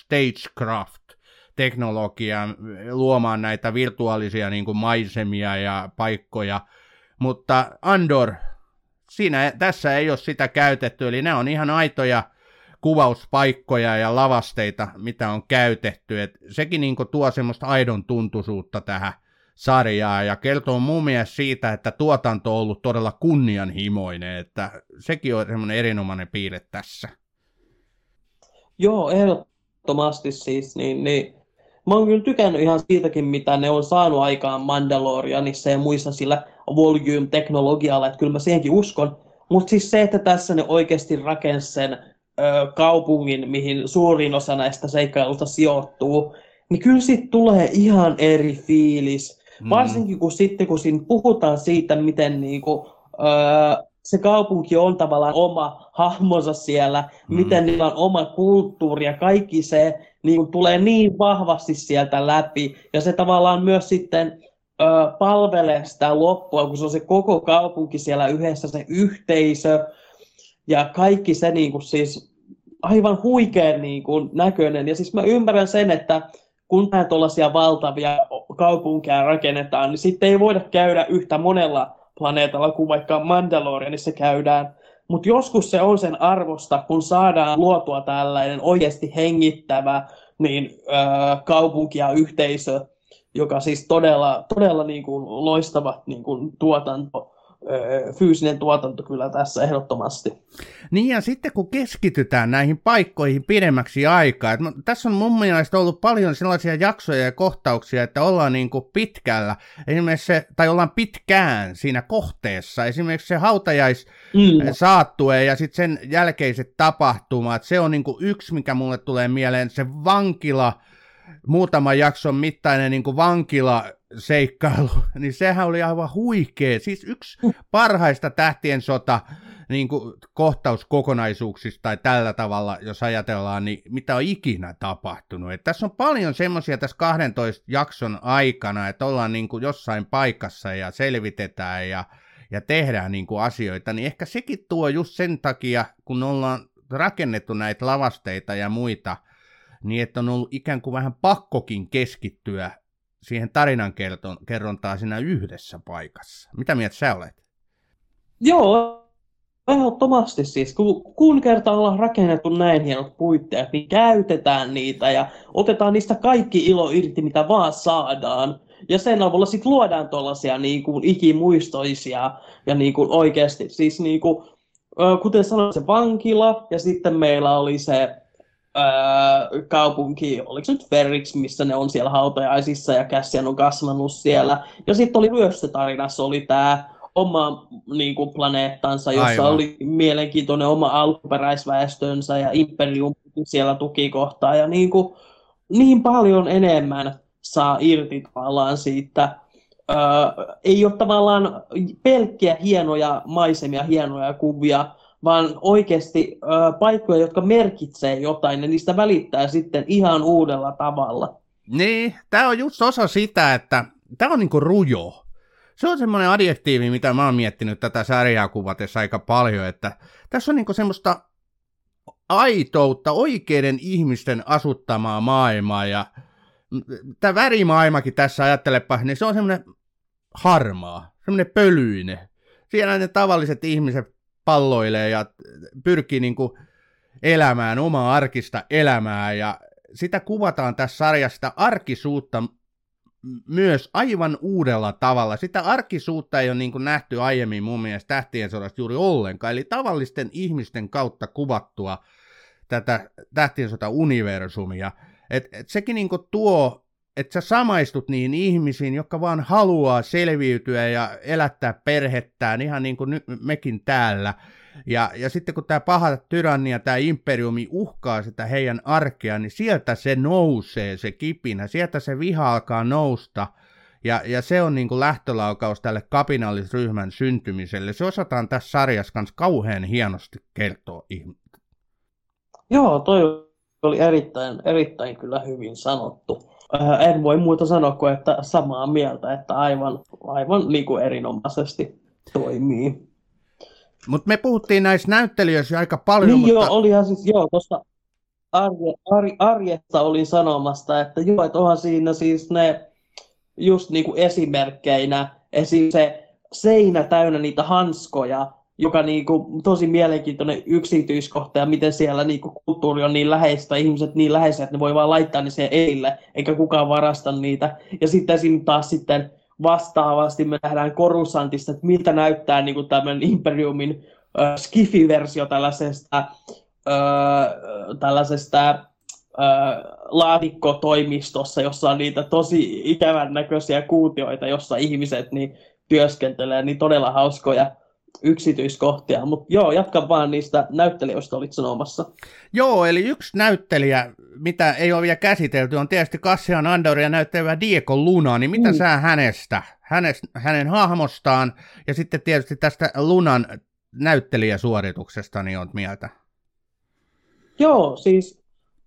stagecraft-teknologiaa luomaan näitä virtuaalisia niin kuin maisemia ja paikkoja, mutta Andor, tässä ei ole sitä käytetty, eli nämä on ihan aitoja kuvauspaikkoja ja lavasteita, mitä on käytetty. Et sekin niinku tuo semmoista aidon tuntuisuutta tähän sarjaan ja kertoo mun mielestä siitä, että tuotanto on ollut todella kunnianhimoinen, että sekin on semmoinen erinomainen piirre tässä. Joo, ehdottomasti siis. Mä oon kyllä tykännyt ihan siitäkin, mitä ne on saanut aikaan Mandalorianissa ja muissa sillä Volume-teknologialla, että kyllä mä siihenkin uskon. Mutta siis se, että tässä ne oikeasti rakensi sen kaupungin, mihin suurin osa näistä seikkailusta sijoittuu, niin kyllä siitä tulee ihan eri fiilis. Varsinkin kun siinä puhutaan siitä, miten se kaupunki on tavallaan oma hahmonsa siellä, miten niillä on oma kulttuuri ja kaikki se tulee niin vahvasti sieltä läpi. Ja se tavallaan myös sitten palvelee sitä loppua, kun se on se koko kaupunki siellä yhdessä, se yhteisö ja kaikki se siis aivan huikean näköinen. Ja siis mä ymmärrän sen, että kun näitä tuollaisia valtavia kaupunkeja rakennetaan, niin sitten ei voida käydä yhtä monella planeetalla kuin vaikka Mandalorianissa käydään. Mutta joskus se on sen arvosta, kun saadaan luotua tällainen oikeasti hengittävä kaupunki ja yhteisö, joka siis todella loistava tuotanto, fyysinen tuotanto kyllä tässä ehdottomasti. Niin ja sitten kun keskitytään näihin paikkoihin pidemmäksi aikaa, että tässä on mun mielestä ollut paljon sellaisia jaksoja ja kohtauksia, että ollaan pitkällä, esimerkiksi tai ollaan pitkään siinä kohteessa, esimerkiksi se hautajais-saattue ja sitten sen jälkeiset tapahtumat, se on yksi, mikä mulle tulee mieleen, se vankila, muutaman jakson mittainen vankilaseikkailu, niin sehän oli aivan huikea. Siis yksi parhaista Tähtien sota kohtauskokonaisuuksista tai tällä tavalla, jos ajatellaan, niin mitä on ikinä tapahtunut. Et tässä on paljon semmoisia tässä 12 jakson aikana, että ollaan jossain paikassa ja selvitetään ja tehdään asioita, niin ehkä sekin tuo just sen takia, kun ollaan rakennettu näitä lavasteita ja muita, niin että on ollut ikään kuin vähän pakkokin keskittyä siihen tarinankerrontaan siinä yhdessä paikassa. Mitä mieltä sä olet? Joo, ehdottomasti siis. Kun kertaa ollaan rakennettu näin hienot puitteet, niin käytetään niitä ja otetaan niistä kaikki ilo irti, mitä vaan saadaan. Ja sen avulla sitten luodaan tuollaisia ikimuistoisia ja oikeasti. Siis kuten sanoin, se vankila ja sitten meillä oli se kaupunki, oliko se nyt Ferrix, missä ne on siellä hautajaisissa ja Cassian on kasvanut siellä. Ja sitten oli ryöstötarinassa oli tämä oma planeettansa, jossa aivan. Oli mielenkiintoinen oma alkuperäisväestönsä ja Imperium siellä tukikohtaa ja niin paljon enemmän saa irti tavallaan siitä. Ei ole tavallaan pelkkiä hienoja maisemia, hienoja kuvia, vaan oikeasti paikkoja, jotka merkitsee jotain, ja niistä välittää sitten ihan uudella tavalla. Niin, tämä on just osa sitä, että tämä on rujo. Se on semmoinen adjektiivi, mitä mä oon miettinyt tätä sarjaa kuvatessa aika paljon, että tässä on semmoista aitoutta, oikeiden ihmisten asuttamaa maailmaa, ja tämä värimaailmakin tässä, ajattelepa, niin se on semmoinen harmaa, semmoinen pölyinen. Siellä ne tavalliset ihmiset palloilee ja pyrkii elämään omaa arkista elämää ja sitä kuvataan tässä sarjassa sitä arkisuutta myös aivan uudella tavalla. Sitä arkisuutta ei ole nähty aiemmin mun mielestä Tähtien sodasta juuri ollenkaan, eli tavallisten ihmisten kautta kuvattua tätä Tähtien sota-universumia. Et sekin tuo, että sä samaistut niihin ihmisiin, jotka vaan haluaa selviytyä ja elättää perhettään, ihan niin kuin mekin täällä. Ja sitten kun tämä paha tyrannia, tämä imperiumi uhkaa sitä heidän arkea, niin sieltä se nousee, se kipinä, sieltä se viha alkaa nousta. Ja se on lähtölaukaus tälle kapinallisryhmän syntymiselle. Se osataan tässä sarjassa kanssa kauhean hienosti kertoa ihmisille. Joo, toi oli erittäin kyllä hyvin sanottu. En voi muuta sanoa kuin, että samaa mieltä, että aivan niin kuin erinomaisesti toimii. Mutta me puhuttiin näistä näyttelijöistä aika paljon. Niin mutta... joo, olihan siis tuossa Arjesta olin sanomasta, että joo, että onhan siinä siis ne just niin kuin esimerkkeinä, esim. Se seinä täynnä niitä hanskoja, joka niinku tosi mielenkiintoinen yksityiskohta ja miten siellä niinku kulttuuri on niin läheistä, ihmiset niin läheisiä, että ne voi vaan laittaa ne siihen eille, eikä kukaan varasta niitä. Ja sitten siinä taas sitten vastaavasti me nähdään Coruscantista, että miltä näyttää niinku tämmöinen Imperiumin Skifi-versio tällaisesta laatikkotoimistossa, jossa on niitä tosi ikävän näköisiä kuutioita, jossa ihmiset niin työskentelee, niin todella hauskoja yksityiskohtia, mutta joo, jatka vaan niistä näyttelijöistä olit sanomassa. Joo, eli yksi näyttelijä, mitä ei ole vielä käsitelty, on tietysti Cassian Andoria näyttelevä Diego Luna, niin mitä sä hänen hahmostaan ja sitten tietysti tästä Lunan näyttelijäsuorituksesta niin oot mieltä? Joo, siis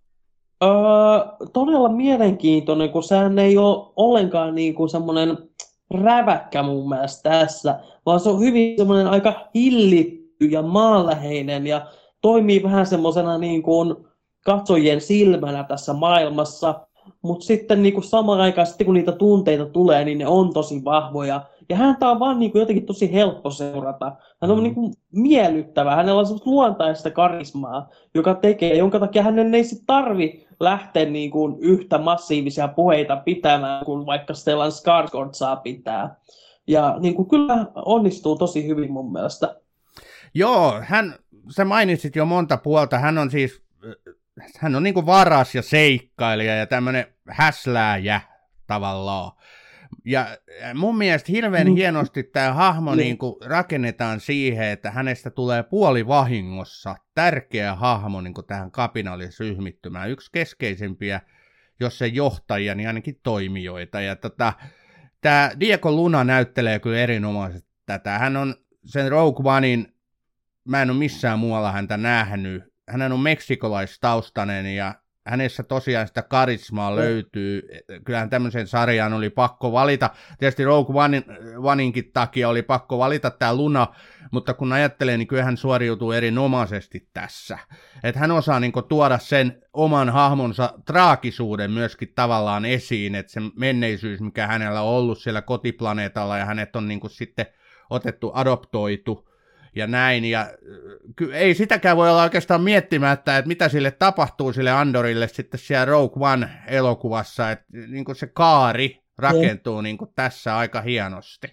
todella mielenkiintoinen, kun sehän ei ole ollenkaan niin kuin semmoinen räväkkä mun mielestä tässä, vaan se on hyvin semmoinen aika hillitty ja maanläheinen ja toimii vähän semmoisena niin kuin katsojien silmänä tässä maailmassa, mutta sitten niin kuin samaan aikaan, sitten kun niitä tunteita tulee, niin ne on tosi vahvoja. Ja häntä on vaan niin kuin jotenkin tosi helppo seurata. Hän on niin kuin miellyttävä, hänellä on semmoista luontaista karismaa, jonka takia hänen ei sitten tarvi lähteä niin kuin yhtä massiivisia puheita pitämään, kuin vaikka Stellan Skarsgård saa pitää. Ja niin kuin kyllä onnistuu tosi hyvin mun mielestä. Joo, sä mainitsit jo monta puolta. Hän on niin kuin varas ja seikkailija ja tämmöinen häslääjä tavallaan. Ja mun mielestä hirveän hienosti tämä hahmo niin kuin rakennetaan siihen, että hänestä tulee puolivahingossa tärkeä hahmo niin kuin tähän kapinallisryhmittymään. Yksi keskeisimpiä, jos se johtajia, niin ainakin toimijoita. Ja tämä Diego Luna näyttelee kyllä erinomaisesti tätä. Hän on sen Rogue Onein, mä en ole missään muualla häntä nähnyt. Hän on meksikolaistaustainen ja hänessä tosiaan sitä karismaa löytyy. Kyllähän tämmöisen sarjaan oli pakko valita. Tietysti Rogue Oneinkin takia oli pakko valita tämä Luna, mutta kun ajattelee, niin kyllä hän suoriutuu erinomaisesti tässä. Että hän osaa niin kuin tuoda sen oman hahmonsa traagisuuden myöskin tavallaan esiin, että se menneisyys, mikä hänellä on ollut siellä kotiplaneetalla ja hänet on niin kuin sitten adoptoitu ja näin, ja ei sitäkään voi olla oikeastaan miettimättä, että mitä sille tapahtuu sille Andorille sitten siellä Rogue One-elokuvassa, että niin kuin se kaari rakentuu niin kuin tässä aika hienosti.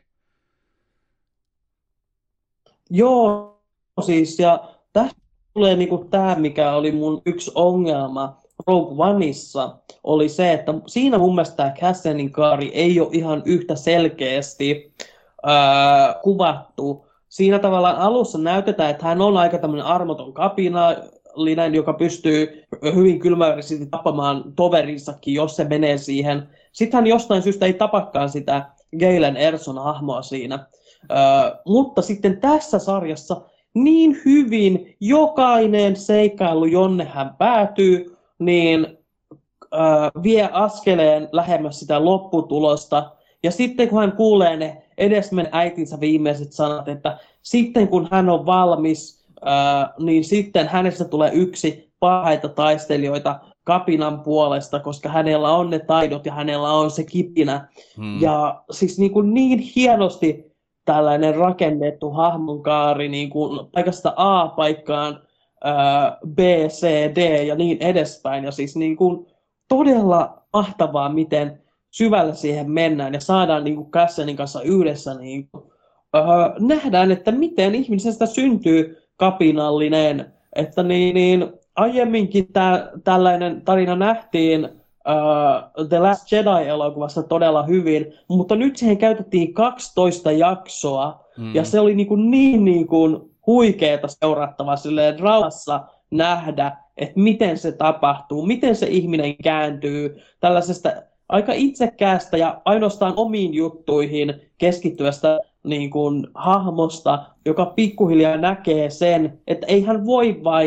Joo, siis, ja tästä tulee niin kuin tämä, mikä oli mun yksi ongelma Rogue Oneissa, oli se, että siinä mun mielestä tämä Cassianin kaari ei ole ihan yhtä selkeästi kuvattu. Siinä tavallaan alussa näytetään, että hän on aika tämmöinen armoton kapinallinen, joka pystyy hyvin kylmäverisesti tappamaan toverinsakin, jos se menee siihen. Sitten hän jostain syystä ei tapakaan sitä Galen Erson-hahmoa siinä. Mutta sitten tässä sarjassa niin hyvin jokainen seikkailu, jonne hän päätyy, niin vie askeleen lähemmäs sitä lopputulosta. Ja sitten kun hän kuulee ne edesmen äitinsä viimeiset sanat, että sitten kun hän on valmis, niin sitten hänestä tulee yksi parhaita taistelijoita kapinan puolesta, koska hänellä on ne taidot ja hänellä on se kipinä. Ja siis niin hienosti tällainen rakennettu hahmonkaari niin kuin paikasta A paikkaan B, C, D ja niin edespäin. Ja siis niin kuin todella mahtavaa, miten syvälle siihen mennään ja saadaan niin kuin Cassianin kanssa yhdessä niin kuin, nähdään, että miten ihmisestä syntyy kapinallinen. Että niin aiemminkin tällainen tarina nähtiin The Last Jedi-elokuvassa todella hyvin, mutta nyt siihen käytettiin 12 jaksoa ja se oli niin huikeeta seurattavaa silleen rauhassa nähdä, että miten se tapahtuu, miten se ihminen kääntyy tällaisesta aika itsekkäästä ja ainoastaan omiin juttuihin keskittyvästä niin kuin hahmosta, joka pikkuhiljaa näkee sen, että ei hän voi vain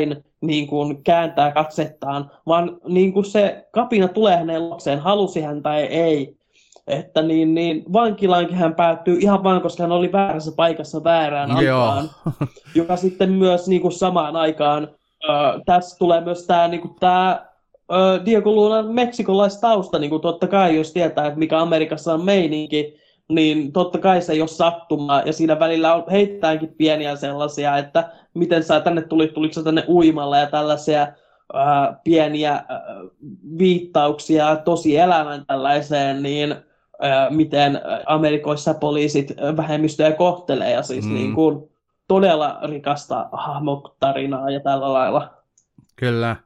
niin kuin kääntää katsettaan, vaan niin kuin se kapina tulee hänen luokseen, halusi hän tai ei. Että vankilaankin hän päättyy ihan vaan, koska hän oli väärässä paikassa väärään aikaan, joka sitten myös niin kuin samaan aikaan, tässä tulee myös tämä Diego Lunan meksikolaistausta, niin kuin totta kai jos tietää, että mikä Amerikassa on meininki, niin totta kai se ei ole sattumaa, ja siinä välillä heittäänkin pieniä sellaisia, että miten sä tänne tuliko sä tänne uimalla, ja tällaisia pieniä viittauksia tosi elämän tällaiseen, niin miten Amerikoissa poliisit vähemmistöjä kohtelee, ja siis niin kuin todella rikasta hahmotarinaa ja tällä lailla. Kyllä.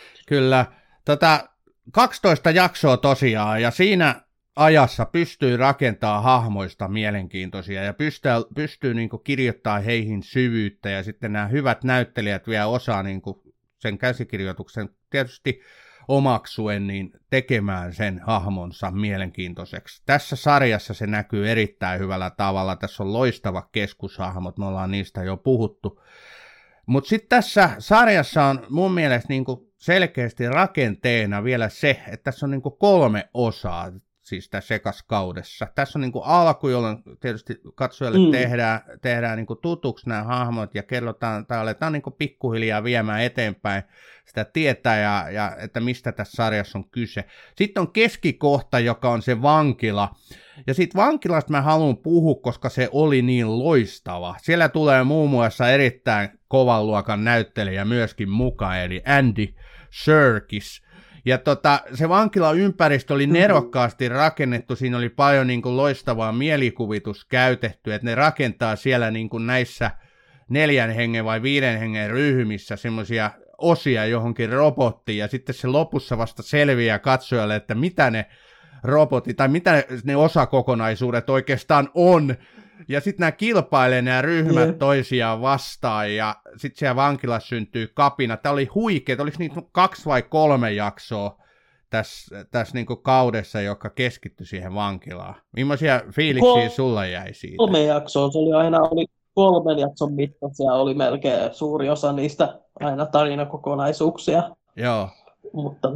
12 jaksoa tosiaan, ja siinä ajassa pystyy rakentamaan hahmoista mielenkiintoisia, ja pystyy niin kuin kirjoittamaan heihin syvyyttä, ja sitten nämä hyvät näyttelijät vielä osaa niin kuin sen käsikirjoituksen tietysti omaksuen niin tekemään sen hahmonsa mielenkiintoiseksi. Tässä sarjassa se näkyy erittäin hyvällä tavalla. Tässä on loistava keskushahmot, me ollaan niistä jo puhuttu. Mutta sitten tässä sarjassa on mun mielestä niinku selkeästi rakenteena vielä se, että tässä on niinku 3 osaa, siis tässä ekaskaudessa. Tässä on niinku alku, jolloin tietysti katsojalle tehdään niinku tutuksi nämä hahmot ja kerrotaan tai aletaan niinku pikkuhiljaa viemään eteenpäin sitä tietää ja että mistä tässä sarjassa on kyse. Sitten on keskikohta, joka on se vankila. Ja sitten vankilasta mä haluan puhua, koska se oli niin loistava. Siellä tulee muun muassa erittäin kovan luokan näyttelijä myöskin mukaan, eli Andy Serkis. Ja se vankilaympäristö oli nerokkaasti rakennettu, siinä oli paljon niin kuin loistavaa mielikuvitus käytetty, että ne rakentaa siellä niin kuin näissä 4 hengen vai 5 hengen ryhmissä semmoisia osia johonkin robottiin, ja sitten se lopussa vasta selviää katsojalle, että mitä ne robotit, tai mitä ne osakokonaisuudet oikeastaan on, ja sitten nämä kilpailee nämä ryhmät toisiaan vastaan, ja sitten siellä vankilassa syntyy kapina. Tämä oli huikea, oliko niitä 2 vai 3 jaksoa tässä niinku kaudessa, joka keskittyi siihen vankilaan. Millaisia fiiliksiä sulla jäi siitä? 3 jaksoa, se oli 3 jakson mittaisia, oli melkein suuri osa niistä aina tarinakokonaisuuksia. Joo. Mutta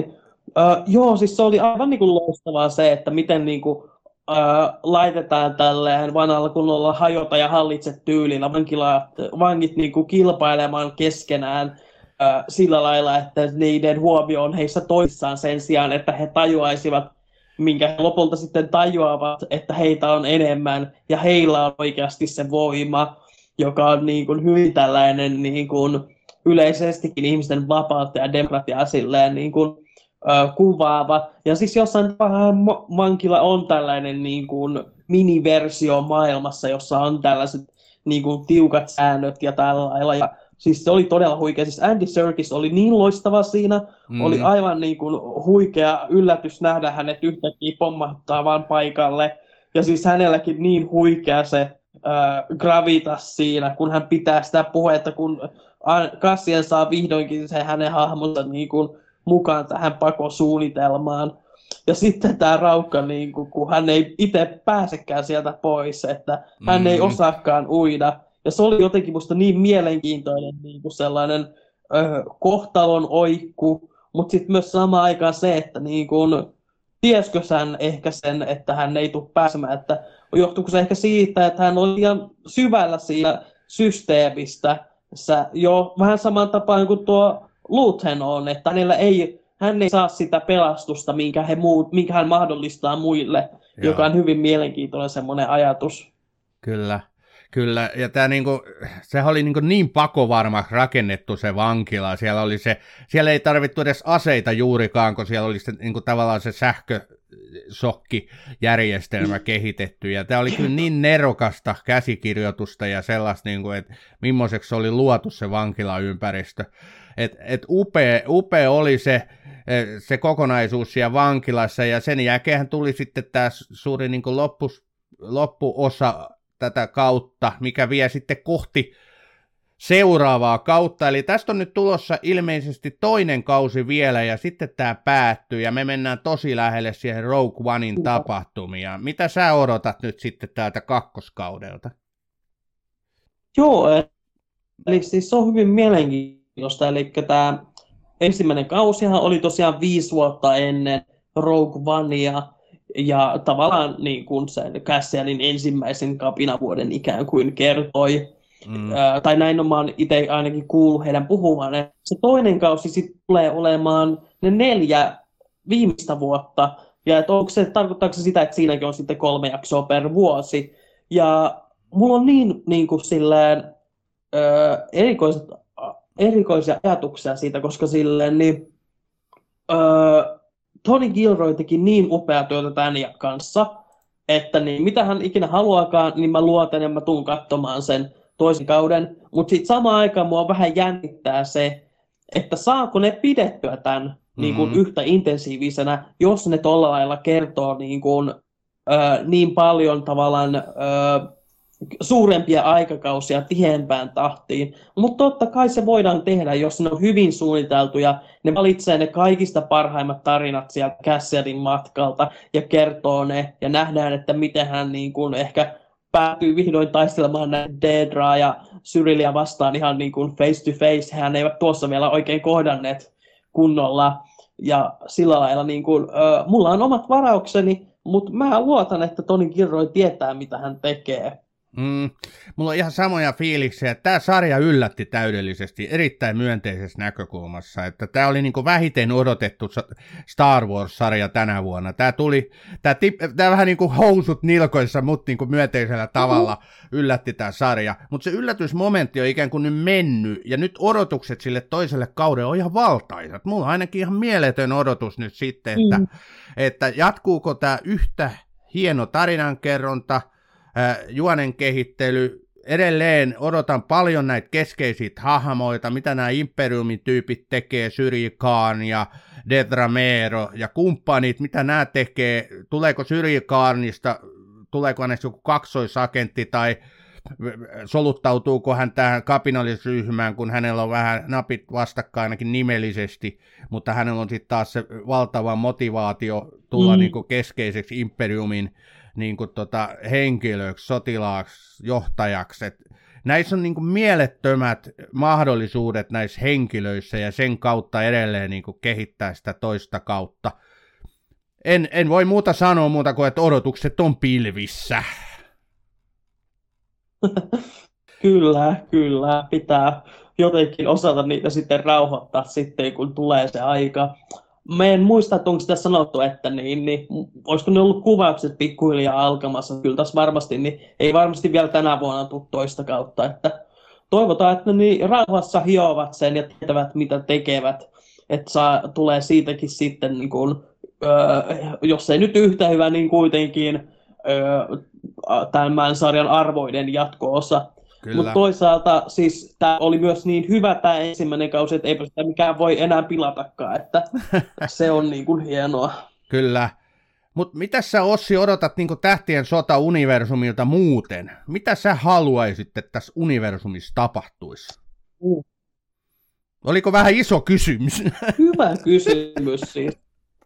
joo, siis se oli aivan niin kuin loistavaa se, että miten niin kuin, laitetaan tälleen vanhalla kunnolla hajota ja hallitse tyylillä vangit niin kuin kilpailemaan keskenään sillä lailla, että niiden huomio on heissä toissaan sen sijaan, että he tajuaisivat, minkä he lopulta sitten tajuavat, että heitä on enemmän ja heillä on oikeasti se voima, joka on niin kuin hyvin tällainen niin kuin yleisestikin ihmisten vapautta ja demokratiaa silleen niin kuin kuvaava. Ja siis jossain vankila on tällainen niin kuin miniversio maailmassa, jossa on tällaiset niin kuin tiukat säännöt ja tällä lailla. Ja siis se oli todella huikea. Siis Andy Serkis oli niin loistava siinä. Oli aivan niin kuin huikea yllätys nähdä hänet yhtäkkiä pommahtaa vaan paikalle. Ja siis hänelläkin niin huikea se gravitas siinä, kun hän pitää sitä puhetta, kun Cassian saa vihdoinkin se hänen hahmonsa niin kuin mukaan tähän pakosuunnitelmaan. Ja sitten tämä Raukka, niin kun hän ei itse pääsekään sieltä pois, että hän ei osaakaan uida. Ja se oli jotenkin musta niin mielenkiintoinen niin kuin sellainen kohtalon oikku, mutta sitten myös samaan aikaan se, että niin kuin, tiesikö hän ehkä sen, että hän ei tule pääsemään, että johtuuko se ehkä siitä, että hän oli liian syvällä siinä systeemistä, jo vähän saman tapaan kuin tuo Luthen on, että hän ei saa sitä pelastusta, minkä hän mahdollistaa muille, joka on hyvin mielenkiintoinen semmoinen ajatus. Kyllä, ja sehän oli niin pakovarmaksi rakennettu se vankila, siellä ei tarvittu edes aseita juurikaan, kun siellä oli tavallaan se sähkösokkijärjestelmä kehitetty, ja tämä oli kyllä niin nerokasta käsikirjoitusta ja sellaista, että millaiseksi oli luotu se vankilaympäristö. Upea oli se kokonaisuus siellä vankilassa, ja sen jälkeen tuli sitten tämä suuri loppuosa tätä kautta, mikä vie sitten kohti seuraavaa kautta. Eli tästä on nyt tulossa ilmeisesti 2. kausi vielä, ja sitten tämä päättyy, ja me mennään tosi lähelle siihen Rogue Onein tapahtumia. Mitä sä odotat nyt sitten täältä 2. kaudelta? Joo, eli siis se on hyvin mielenkiintoinen televisiosta, eli tämä ensimmäinen kausihan oli tosiaan 5 vuotta ennen Rogue Onea, ja tavallaan niin kuin sen Cassianin ensimmäisen kapinavuoden ikään kuin kertoi, tai näin mä oon itse ainakin kuullut heidän puhumaan, että se toinen kausi sitten tulee olemaan ne 4 viimeistä vuotta, ja että tarkoittaako se sitä, että siinäkin on sitten 3 jaksoa per vuosi, ja mulla on niin kuin silleen erikoisia ajatuksia siitä, koska silleen niin Tony Gilroy teki niin upeaa työtä tämän kanssa, että niin, mitä hän ikinä haluaakaan, niin mä luotan ja mä tuun katsomaan sen toisen kauden. Mutta sitten samaan aikaan mua vähän jännittää se, että saako ne pidettyä tämän niin kuin yhtä intensiivisenä, jos ne tolla lailla kertoo niin kuin, niin paljon tavallaan suurempia aikakausia tiheämpään tahtiin. Mutta totta kai se voidaan tehdä, jos ne on hyvin suunniteltu ja ne valitsee ne kaikista parhaimmat tarinat sieltä Cassianin matkalta ja kertoo ne ja nähdään, että miten hän niin kuin ehkä päätyy vihdoin taistelemaan Dedraa ja Cyrilia vastaan ihan niin kuin face to face. Hän eivät tuossa vielä oikein kohdanneet kunnolla ja sillä lailla niin kuin, mulla on omat varaukseni, mutta mä luotan, että Tony Gilroy tietää, mitä hän tekee. Mulla on ihan samoja fiiliksiä, että tämä sarja yllätti täydellisesti, erittäin myönteisessä näkökulmassa, että tämä oli niinku vähiten odotettu Star Wars-sarja tänä vuonna. Tämä vähän niin kuin housut nilkoissa, mutta niinku myönteisellä tavalla yllätti tämä sarja, mutta se yllätysmomentti on ikään kuin nyt mennyt, ja nyt odotukset sille toiselle kaudelle on ihan valtaisat. Mulla on ainakin ihan mieletön odotus nyt sitten, että jatkuuko tämä yhtä hieno tarinankerronta, juonen kehittely. Edelleen odotan paljon näitä keskeisiä hahmoita, mitä nämä Imperiumin tyypit tekee, Syri Khan ja Dedra Meero ja kumppanit, mitä nämä tekee, tuleeko Syri Khanista, tuleeko hänestä joku kaksoisagentti tai soluttautuuko hän tähän kapinallisryhmään, kun hänellä on vähän napit vastakkain ainakin nimellisesti, mutta hänellä on sitten taas se valtava motivaatio tulla niinku keskeiseksi Imperiumin niinku henkilöksi, sotilaaksi, johtajaksi. Et näissä on niinku mielettömät mahdollisuudet näissä henkilöissä ja sen kautta edelleen niinku kehittää sitä toista kautta. En voi muuta sanoa muuta kuin, että odotukset on pilvissä. Kyllä. Pitää jotenkin osata niitä sitten rauhoittaa sitten, kun tulee se aika. Mä en muista, että onko sitä sanottu, että niin, olisiko ne ollut kuvaukset pikkuhiljaa alkamassa. Kyllä tässä varmasti, niin ei varmasti vielä tänä vuonna tule toista kautta. Että toivotaan, että ne rauhassa hiovat sen ja tietävät, mitä tekevät. Että tulee siitäkin sitten, niin kun, jos ei nyt yhtä hyvä, niin kuitenkin tämän sarjan arvoiden jatko-osa. Mutta toisaalta siis tämä oli myös niin hyvä tämä ensimmäinen kausi, että eipä sitä mikään voi enää pilatakaan, että se on niin kuin hienoa. Kyllä. Mutta mitä sä, Ossi, odotat niin kuin Tähtien sota-universumilta muuten? Mitä sä haluaisit, että tässä universumissa tapahtuisi? Oliko vähän iso kysymys? Hyvä kysymys siis.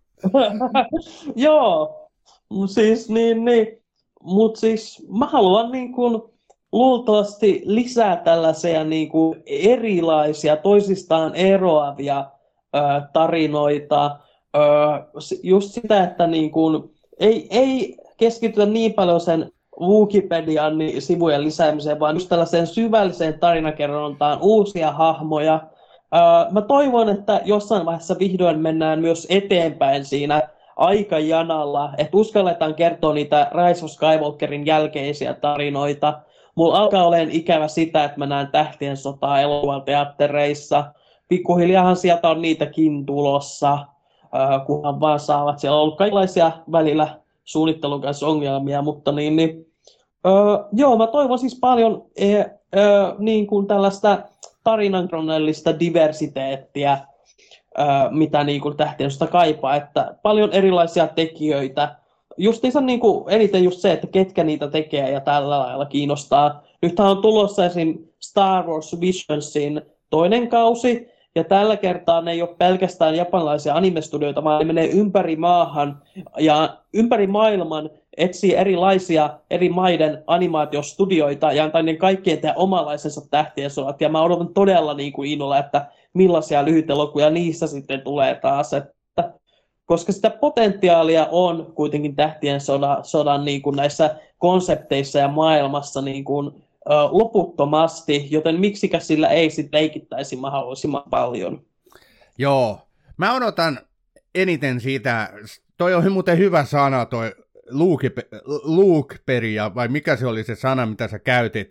Joo, siis mutta siis mä haluan niin kuin luultavasti lisää tällaisia niin kuin erilaisia, toisistaan eroavia tarinoita. Just sitä, että niin kuin, ei keskitytä niin paljon sen Wikipedian sivujen lisäämiseen, vaan just tällaiseen syvälliseen tarinakerrontaan, uusia hahmoja. Mä toivon, että jossain vaiheessa vihdoin mennään myös eteenpäin siinä aikajanalla, että uskalletaan kertoa niitä Rise of Skywalkerin jälkeisiä tarinoita. Mulla alkaa olemaan ikävä sitä, että mä näen Tähtien sotaa elokuvateattereissa. Pikkuhiljaahan sieltä on niitäkin tulossa, kunhan vaan saavat. Siellä on ollut kaikenlaisia välillä suunnittelun kanssa ongelmia, mutta joo, mä toivon siis paljon niin kuin tällaista tarinankronnellista diversiteettiä, mitä niin kuin Tähtien sota kaipaa, että paljon erilaisia tekijöitä. Justiinsa niin kuin eniten just se, että ketkä niitä tekee ja tällä lailla kiinnostaa. Nythän on tulossa esim. Star Wars Visionsin toinen kausi, ja tällä kertaa ne ei ole pelkästään japanilaisia animestudioita, vaan ne menee ympäri maahan ja ympäri maailman etsii erilaisia eri maiden animaatiostudioita ja antaa niiden kaikkien tehdä omalaisensa tähtien sodat. Ja mä odotan todella niin kuin innolla, että millaisia lyhytelokuvia niissä sitten tulee taas. Että, koska sitä potentiaalia on kuitenkin tähtien sodan niin kuin näissä konsepteissa ja maailmassa niin kuin, loputtomasti, joten miksikä sillä ei sitten leikittäisi mahdollisimman paljon. Joo, mä odotan eniten siitä, toi on muuten hyvä sana toi Lukeperia, vai mikä se oli se sana, mitä sä käytit?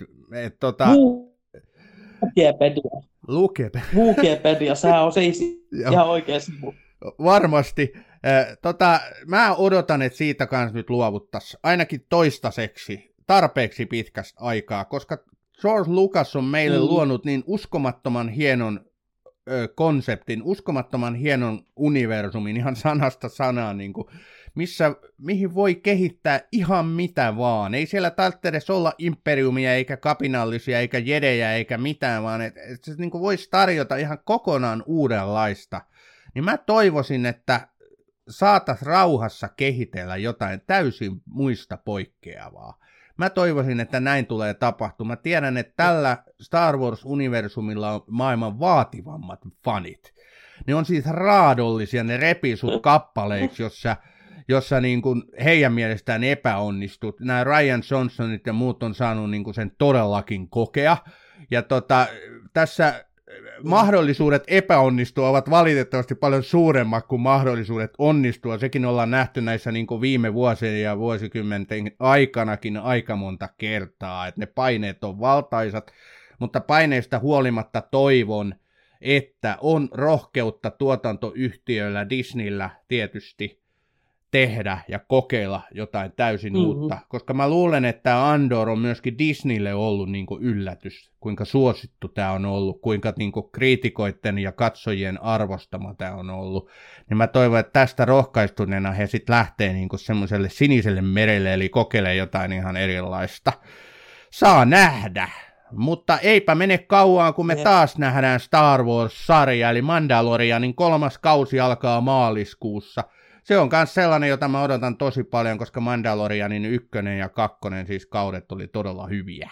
Lukepedia, sehän on se ihan oikea sivu. Varmasti. Mä odotan, että siitä kanssa nyt luovuttaisiin ainakin toistaiseksi tarpeeksi pitkästä aikaa, koska George Lucas on meille luonut niin uskomattoman hienon konseptin, uskomattoman hienon universumin, ihan sanasta sanaan, niin kuin, mihin voi kehittää ihan mitä vaan. Ei siellä tarvitse edes olla imperiumia, eikä kapinallisia, eikä jedejä, eikä mitään, vaan että se niin kuin voisi tarjota ihan kokonaan uudenlaista. Niin mä toivoisin, että saataisiin rauhassa kehitellä jotain täysin muista poikkeavaa. Mä toivoisin, että näin tulee tapahtumaan. Mä tiedän, että tällä Star Wars-universumilla on maailman vaativammat fanit. Ne on siis raadollisia, ne repii sut kappaleiksi, jossa niin kuin heidän mielestään epäonnistut. Nämä Rian Johnsonit ja muut on saanut niin kuin sen todellakin kokea. Ja tässä mahdollisuudet epäonnistua ovat valitettavasti paljon suuremmat kuin mahdollisuudet onnistua. Sekin ollaan nähty näissä niin kuin viime vuosien ja vuosikymmenten aikanakin aika monta kertaa, että ne paineet on valtaisat, mutta paineista huolimatta toivon, että on rohkeutta tuotantoyhtiöillä, Disneyllä tietysti, tehdä ja kokeilla jotain täysin uutta, koska mä luulen, että Andor on myöskin Disneylle ollut niin kuin yllätys, kuinka suosittu tämä on ollut, kuinka niin kuin kriitikoiden ja katsojien arvostama tämä on ollut, niin mä toivon, että tästä rohkaistuneena he sitten lähtee niin kuin semmoiselle siniselle merelle, eli kokeilee jotain ihan erilaista. Saa nähdä, mutta eipä mene kauan, kun me taas nähdään Star Wars-sarja, eli Mandalorianin 3. kausi alkaa maaliskuussa. Se on myös sellainen, jota mä odotan tosi paljon, koska Mandalorianin 1 ja 2 siis kaudet oli todella hyviä.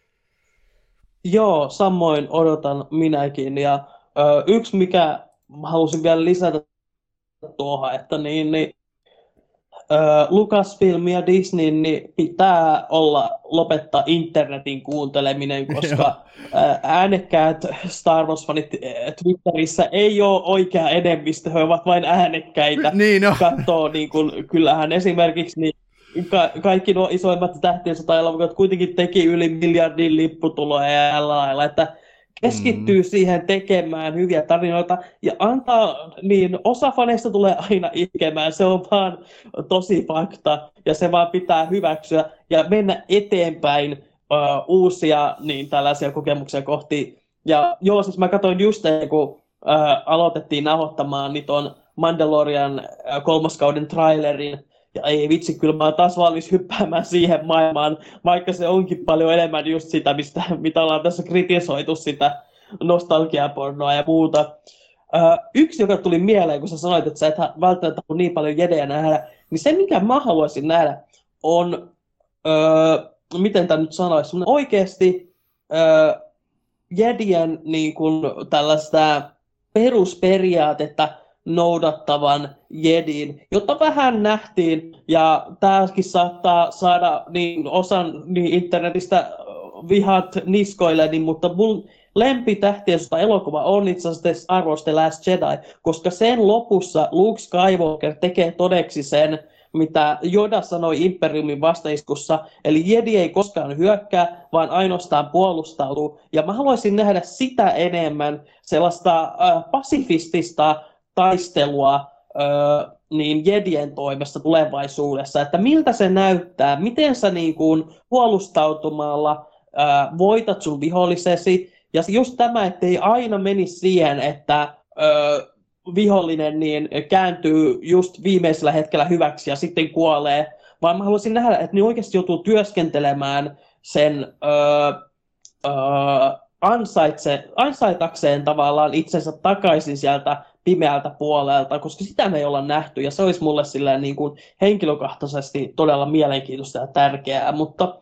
Joo, samoin odotan minäkin. Ja yksi, mikä halusin vielä lisätä tuohon, että Lucasfilm ja Disney niin pitää lopettaa internetin kuunteleminen, koska äänekkäät Star Wars-fanit Twitterissä ei ole oikea enemmistö, he ovat vain äänekkäitä. Niin no. Katsoo, niin kun, kyllähän esimerkiksi niin kaikki nuo isoimmat tähtien sota-elokuvat kuitenkin teki yli miljardin lipputuloja ja tällä lailla, että keskittyy siihen tekemään hyviä tarinoita ja antaa, niin osa faneista tulee aina itkemään, se on vaan tosi fakta ja se vaan pitää hyväksyä ja mennä eteenpäin uusia niin tällaisia kokemuksia kohti. Ja joo, siis mä katsoin just kun aloitettiin nauhoittamaan niin ton Mandalorian 3. kauden trailerin. Ja ei vitsi, kyllä mä oon taas valmis hyppäämään siihen maailmaan, vaikka se onkin paljon enemmän just sitä, mitä ollaan tässä kritisoitu, sitä nostalgiapornoa ja muuta. Yksi, joka tuli mieleen, kun sä sanoit, että sä et välttämättä ole niin paljon jedejä nähdä, niin se, mikä mä haluaisin nähdä, on, miten tämä nyt sanoisi, oikeasti jedien niin kuin tällaista perusperiaatetta, noudattavan jedin, jota vähän nähtiin, ja tämäkin saattaa saada niin osan niin internetistä vihat niskoilleni, mutta mun lempitähtien elokuva on itse asiassa Star Wars The Last Jedi, koska sen lopussa Luke Skywalker tekee todeksi sen, mitä Yoda sanoi Imperiumin vastaiskussa, eli jedi ei koskaan hyökkää, vaan ainoastaan puolustautuu, ja mä haluaisin nähdä sitä enemmän sellaista pasifistista taistelua niin jedien toimesta tulevaisuudessa, että miltä se näyttää, miten sä niin kuin puolustautumalla voitat sun vihollisesi, ja just tämä, ettei aina menisi siihen, että vihollinen niin kääntyy just viimeisellä hetkellä hyväksi ja sitten kuolee, vaan mä haluaisin nähdä, että ne oikeasti joutuu työskentelemään sen ansaitakseen tavallaan itsensä takaisin sieltä pimeältä puolelta, koska sitä me ei olla nähty, ja se olisi mulle silleen niin kuin henkilökohtaisesti todella mielenkiintoista ja tärkeää, mutta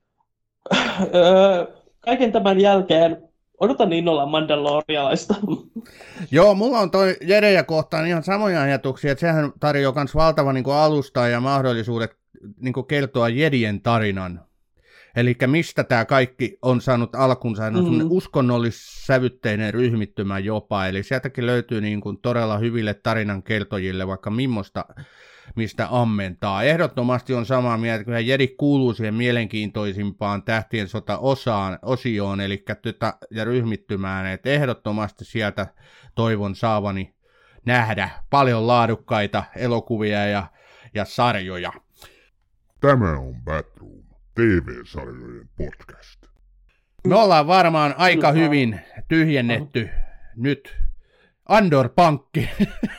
kaiken tämän jälkeen odotan innolla Mandalorialaista. Joo, mulla on toi Jedejä kohtaan ihan samoja ajatuksia, että sehän tarjoaa myös valtavan niin kuin alustaa ja mahdollisuudet niin kuin kertoa Jedien tarinan. Eli mistä tämä kaikki on saanut alkunsa, on uskonnollissävytteinen ryhmittymä jopa, eli sieltäkin löytyy niin kuin todella hyville tarinankertojille vaikka mistä ammentaa. Ehdottomasti on samaa mieltä, että Jedi kuuluu siihen mielenkiintoisimpaan Tähtien sota-osioon, eli ja ryhmittymään, että ehdottomasti sieltä toivon saavani nähdä paljon laadukkaita elokuvia ja sarjoja. Tämä on Batroom, TV-sarjojen podcast. Me ollaan varmaan aika hyvin tyhjennetty nyt Andor-pankki.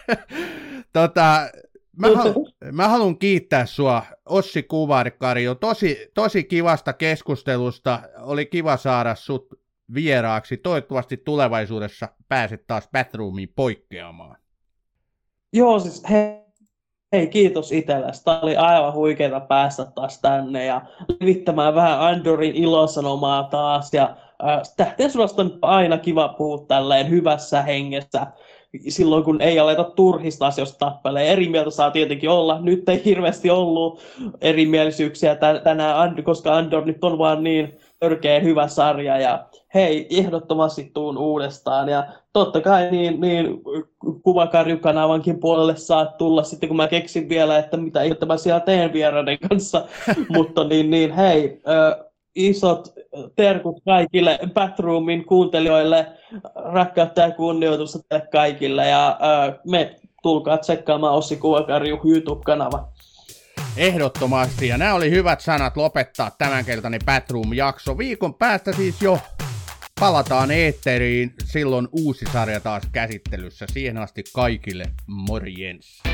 Mä haluan kiittää sua, Ossi Kuvarkari, jo tosi kivasta keskustelusta. Oli kiva saada sut vieraaksi. Toivottavasti tulevaisuudessa pääset taas Batroomiin poikkeamaan. Joo, siis hei, kiitos itsellesi. Tämä oli aivan huikeeta päästä taas tänne ja levittämään vähän Andorin ilosanomaa taas. Ja Tähtien sodasta on aina kiva puhua tälleen hyvässä hengessä. Silloin kun ei aleta turhista asioista tappelee. Eri mieltä saa tietenkin olla. Nyt ei hirveästi ollut erimielisyyksiä tänään, koska Andor nyt on vaan niin törkeä hyvä sarja. Ja hei, ehdottomasti tuun uudestaan. Ja totta kai niin Kuvakarju-kanavankin puolelle saat tulla sitten, kun mä keksin vielä, että mitä ihmettä mä siellä teen vieraiden kanssa. Mutta hei, isot terkut kaikille Batroomin kuuntelijoille, rakkautta ja kunnioitusta teille kaikille, ja me tulkaa tsekkaamaan Ossi Kuvakarju YouTube-kanava. Ehdottomasti, ja nämä oli hyvät sanat lopettaa tämänkertainen Batroom-jakso. Viikon päästä siis jo palataan eetteriin, silloin uusi sarja taas käsittelyssä. Siihen asti kaikille morjens.